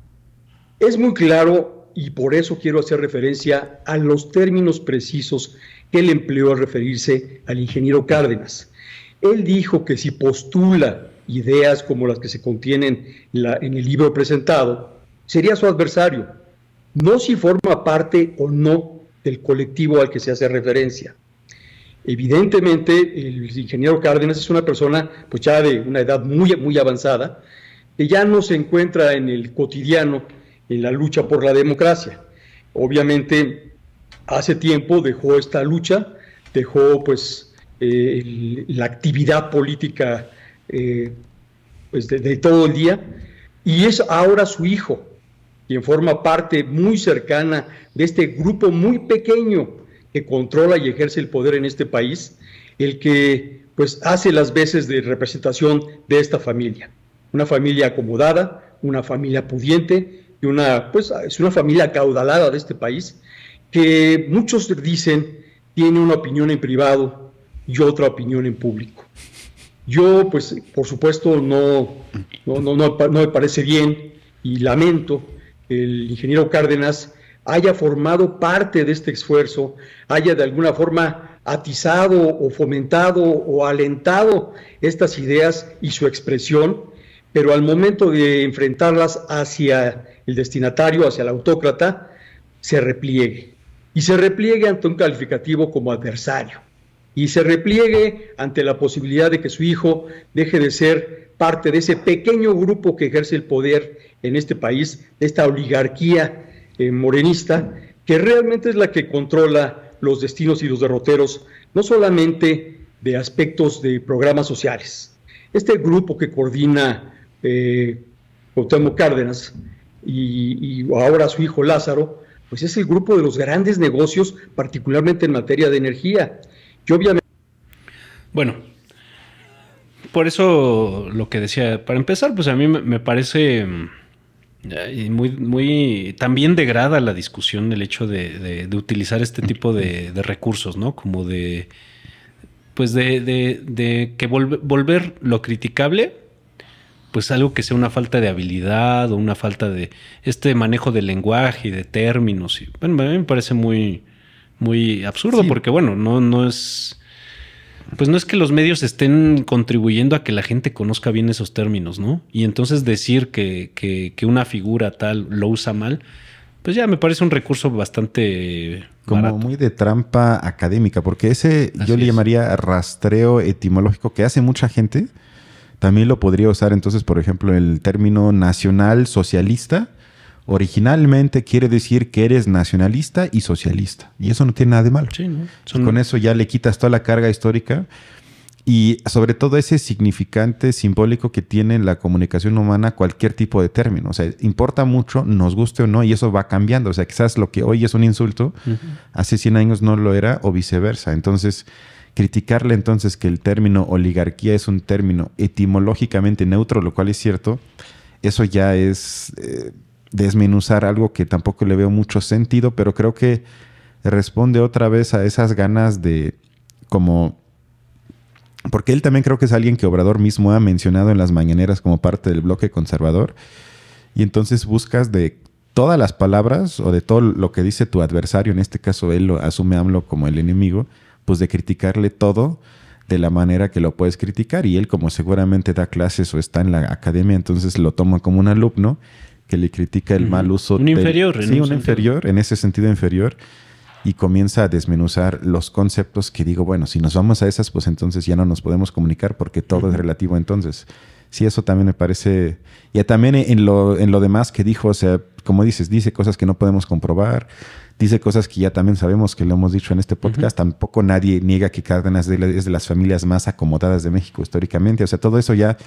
[SPEAKER 9] Es muy claro, y por eso quiero hacer referencia a los términos precisos que él empleó al referirse al ingeniero Cárdenas. Él dijo que si postula ideas como las que se contienen la, en el libro presentado, sería su adversario, no si forma parte o no del colectivo al que se hace referencia. Evidentemente, el ingeniero Cárdenas es una persona pues ya de una edad muy, muy avanzada, que ya no se encuentra en el cotidiano, en la lucha por la democracia. Obviamente, hace tiempo dejó esta lucha, dejó pues eh, el, la actividad política eh, pues de, de todo el día, y es ahora su hijo, quien forma parte muy cercana de este grupo muy pequeño que controla y ejerce el poder en este país, el que pues hace las veces de representación de esta familia. Una familia acomodada, una familia pudiente, y una, pues, es una familia acaudalada de este país, que muchos dicen tiene una opinión en privado y otra opinión en público. Yo, pues, por supuesto, no, no, no, no, no me parece bien y lamento que el ingeniero Cárdenas haya formado parte de este esfuerzo, haya de alguna forma atizado o fomentado o alentado estas ideas y su expresión, pero al momento de enfrentarlas hacia el destinatario, hacia el autócrata, se repliegue. Y se repliegue ante un calificativo como adversario. Y se repliegue ante la posibilidad de que su hijo deje de ser parte de ese pequeño grupo que ejerce el poder en este país, de esta oligarquía Eh, morenista, que realmente es la que controla los destinos y los derroteros, no solamente de aspectos de programas sociales. Este grupo que coordina eh, Cuauhtémoc Cárdenas y, y ahora su hijo Lázaro, pues es el grupo de los grandes negocios, particularmente en materia de energía. Y obviamente...
[SPEAKER 2] Bueno, por eso lo que decía, para empezar, pues a mí me, me parece... Y muy, muy, también degrada la discusión el hecho de, de, de utilizar este tipo de, de recursos, ¿no? Como de, pues de, de, de que volver, volver lo criticable, pues algo que sea una falta de habilidad o una falta de este manejo del lenguaje y de términos. Y, bueno, a mí me parece muy, muy absurdo sí. Porque, bueno, no, no es... Pues no es que los medios estén contribuyendo a que la gente conozca bien esos términos, ¿no? Y entonces decir que, que, que una figura tal lo usa mal, pues ya me parece un recurso bastante
[SPEAKER 1] como
[SPEAKER 2] barato.
[SPEAKER 1] Muy de trampa académica, porque ese Así yo le es. llamaría rastreo etimológico que hace mucha gente. También lo podría usar entonces, por ejemplo, el término nacional socialista. Originalmente quiere decir que eres nacionalista y socialista. Y eso no tiene nada de malo.
[SPEAKER 2] Sí, ¿no?
[SPEAKER 1] Son... Con eso ya le quitas toda la carga histórica y sobre todo ese significante simbólico que tiene en la comunicación humana cualquier tipo de término. O sea, importa mucho, nos guste o no, y eso va cambiando. O sea, quizás lo que hoy es un insulto, uh-huh. hace cien años no lo era o viceversa. Entonces, criticarle entonces que el término oligarquía es un término etimológicamente neutro, lo cual es cierto, eso ya es... Eh, desmenuzar algo que tampoco le veo mucho sentido, pero creo que responde otra vez a esas ganas de como... Porque él también creo que es alguien que Obrador mismo ha mencionado en las mañaneras como parte del bloque conservador, y entonces buscas de todas las palabras o de todo lo que dice tu adversario, en este caso él lo asume AMLO como el enemigo, pues de criticarle todo de la manera que lo puedes criticar, y él como seguramente da clases o está en la academia, entonces lo toma como un alumno que le critica el uh-huh. mal uso.
[SPEAKER 2] Un del, inferior.
[SPEAKER 1] Sí, un, un inferior, en ese sentido inferior, y comienza a desmenuzar los conceptos que digo, bueno, si nos vamos a esas, pues entonces ya no nos podemos comunicar porque todo uh-huh. es relativo entonces. Sí, eso también me parece... Y también en lo, en lo demás que dijo, o sea, como dices, dice cosas que no podemos comprobar, dice cosas que ya también sabemos que lo hemos dicho en este podcast, uh-huh. tampoco nadie niega que Cárdenas es de las familias más acomodadas de México históricamente, o sea, todo eso ya...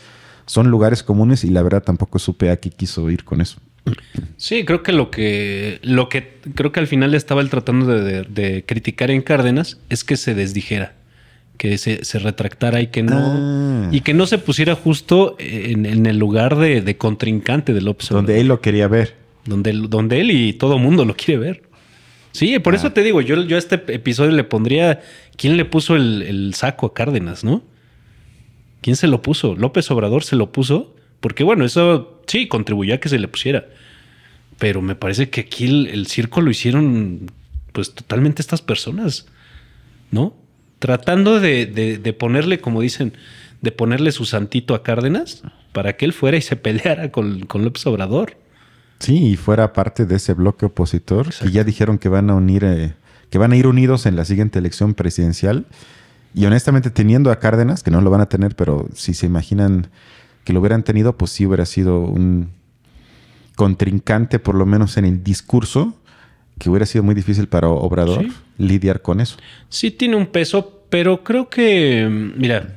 [SPEAKER 1] son lugares comunes y la verdad tampoco supe a qué quiso ir con eso.
[SPEAKER 2] Sí, creo que lo que lo que creo que al final estaba él tratando de, de, de criticar en Cárdenas es que se desdijera, que se, se retractara y que no ah. y que no se pusiera justo en, en el lugar de, de contrincante de López Obrador.
[SPEAKER 1] Donde él lo quería ver.
[SPEAKER 2] Donde, donde él y todo mundo lo quiere ver. Sí, por ah. eso te digo, yo, yo a este episodio le pondría ¿quién le puso el, el saco a Cárdenas, no? ¿Quién se lo puso? ¿López Obrador se lo puso? Porque bueno, eso sí contribuyó a que se le pusiera. Pero me parece que aquí el, el circo lo hicieron pues totalmente estas personas, ¿no? Tratando de, de, de ponerle, como dicen, de ponerle su santito a Cárdenas para que él fuera y se peleara con, con López Obrador.
[SPEAKER 1] Sí, y fuera parte de ese bloque opositor. Exacto. Y ya dijeron que van a unir, eh, que van a ir unidos en la siguiente elección presidencial. Y honestamente, teniendo a Cárdenas, que no lo van a tener, pero si se imaginan que lo hubieran tenido, pues sí hubiera sido un contrincante, por lo menos en el discurso, que hubiera sido muy difícil para Obrador sí. lidiar con eso.
[SPEAKER 2] Sí tiene un peso, pero creo que, mira,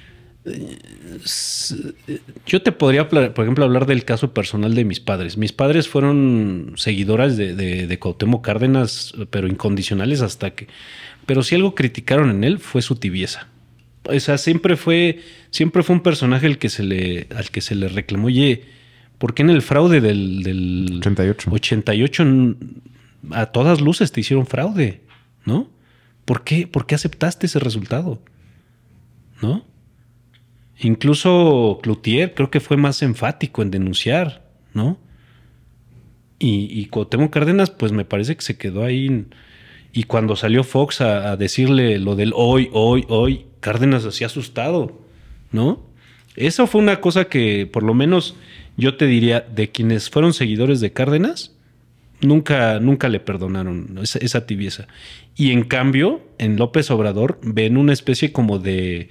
[SPEAKER 2] yo te podría, por ejemplo, hablar del caso personal de mis padres. Mis padres fueron seguidoras de, de, de Cuauhtémoc Cárdenas, pero incondicionales hasta que... Pero si algo criticaron en él fue su tibieza. O sea, siempre fue, siempre fue un personaje al que se le, al que se le reclamó, oye, ¿por qué en el fraude del, del
[SPEAKER 1] ochenta y ocho
[SPEAKER 2] ochenta y ocho a todas luces te hicieron fraude, ¿no? ¿Por qué, ¿Por qué aceptaste ese resultado? ¿No? Incluso Cloutier creo que fue más enfático en denunciar, ¿no? Y, y Cuauhtémoc Cárdenas, pues me parece que se quedó ahí. En, y cuando salió Fox a, a decirle lo del hoy, hoy, hoy, Cárdenas así asustado, ¿no? Eso fue una cosa que, por lo menos, yo te diría, de quienes fueron seguidores de Cárdenas, nunca, nunca le perdonaron esa, esa tibieza. Y en cambio, en López Obrador ven una especie como de,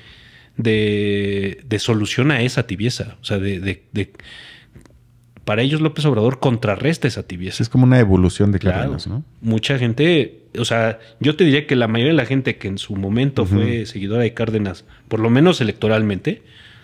[SPEAKER 2] de, de solución a esa tibieza. O sea, de, de, de para ellos López Obrador contrarresta esa tibieza.
[SPEAKER 1] Es como una evolución de Cárdenas,
[SPEAKER 2] claro,
[SPEAKER 1] ¿no?
[SPEAKER 2] Mucha gente, o sea, yo te diría que la mayoría de la gente que en su momento uh-huh. fue seguidora de Cárdenas, por lo menos electoralmente,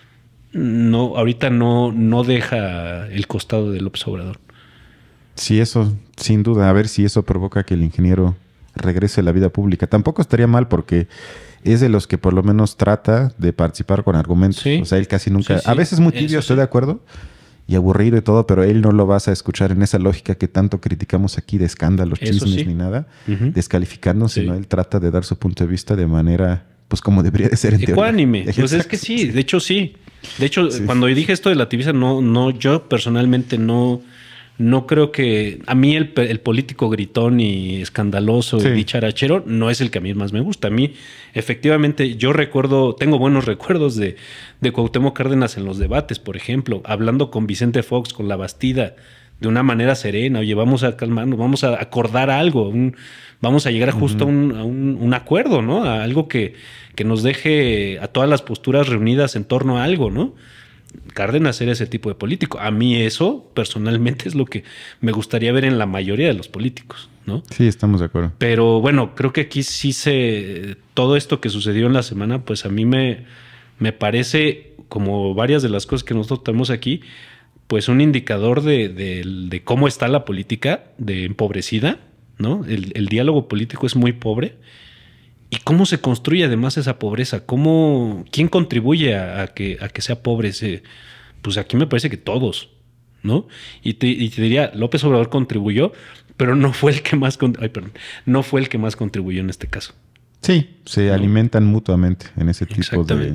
[SPEAKER 2] no, ahorita no, no deja el costado de López Obrador.
[SPEAKER 1] Sí, eso, sin duda. A ver si eso provoca que el ingeniero regrese a la vida pública. Tampoco estaría mal porque es de los que por lo menos trata de participar con argumentos. Sí. O sea, él casi nunca... Sí, sí. A veces muy tibio, estoy sí. de acuerdo, y aburrido y todo, pero él no lo vas a escuchar en esa lógica que tanto criticamos aquí de escándalos, eso chismes sí. ni nada, uh-huh. descalificando, sí. sino él trata de dar su punto de vista de manera, pues como debería de ser en
[SPEAKER 2] ecuánime. Teoría. Pues es que sí, de hecho sí. De hecho, sí. cuando dije esto de la tibieza, no, no, yo personalmente no... No creo que... A mí el, el político gritón y escandaloso sí. y dicharachero no es el que a mí más me gusta. A mí, efectivamente, yo recuerdo... Tengo buenos recuerdos de, de Cuauhtémoc Cárdenas en los debates, por ejemplo. Hablando con Vicente Fox, con La Bastida, de una manera serena. Oye, vamos a calmarnos, vamos a acordar algo. Un, vamos a llegar justo uh-huh. a, un, a un, un acuerdo, ¿no? A algo que, que nos deje a todas las posturas reunidas en torno a algo, ¿no? Cárdenas era ese tipo de político. A mí eso, personalmente, es lo que me gustaría ver en la mayoría de los políticos, ¿no?
[SPEAKER 1] Sí, estamos de acuerdo.
[SPEAKER 2] Pero bueno, creo que aquí sí se... Todo esto que sucedió en la semana, pues a mí me, me parece, como varias de las cosas que nosotros tenemos aquí, pues un indicador de, de, de cómo está la política, de empobrecida, ¿no? El, el diálogo político es muy pobre. ¿Y cómo se construye además esa pobreza? ¿Cómo, ¿Quién contribuye a, a, que, a que sea pobre ese? Pues aquí me parece que todos, ¿no? Y te, y te diría, López Obrador contribuyó, pero no fue el que más ay, perdón, no fue el que más contribuyó en este caso.
[SPEAKER 1] Sí, se ¿no? alimentan mutuamente en ese tipo de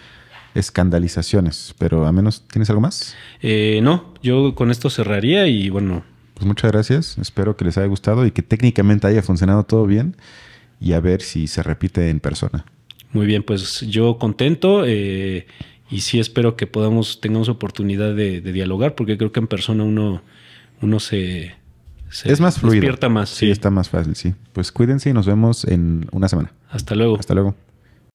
[SPEAKER 1] escandalizaciones. Pero a menos, ¿tienes algo más?
[SPEAKER 2] Eh, no, yo con esto cerraría y bueno.
[SPEAKER 1] Pues muchas gracias. Espero que les haya gustado y que técnicamente haya funcionado todo bien. Y a ver si se repite en persona.
[SPEAKER 2] Muy bien, pues yo contento eh, y sí espero que podamos, tengamos oportunidad de, de dialogar, porque creo que en persona uno, uno se, se
[SPEAKER 1] es más fluido.
[SPEAKER 2] Despierta más.
[SPEAKER 1] Sí, sí, está más fácil, sí. Pues cuídense y nos vemos en una semana.
[SPEAKER 2] Hasta luego.
[SPEAKER 1] Hasta luego.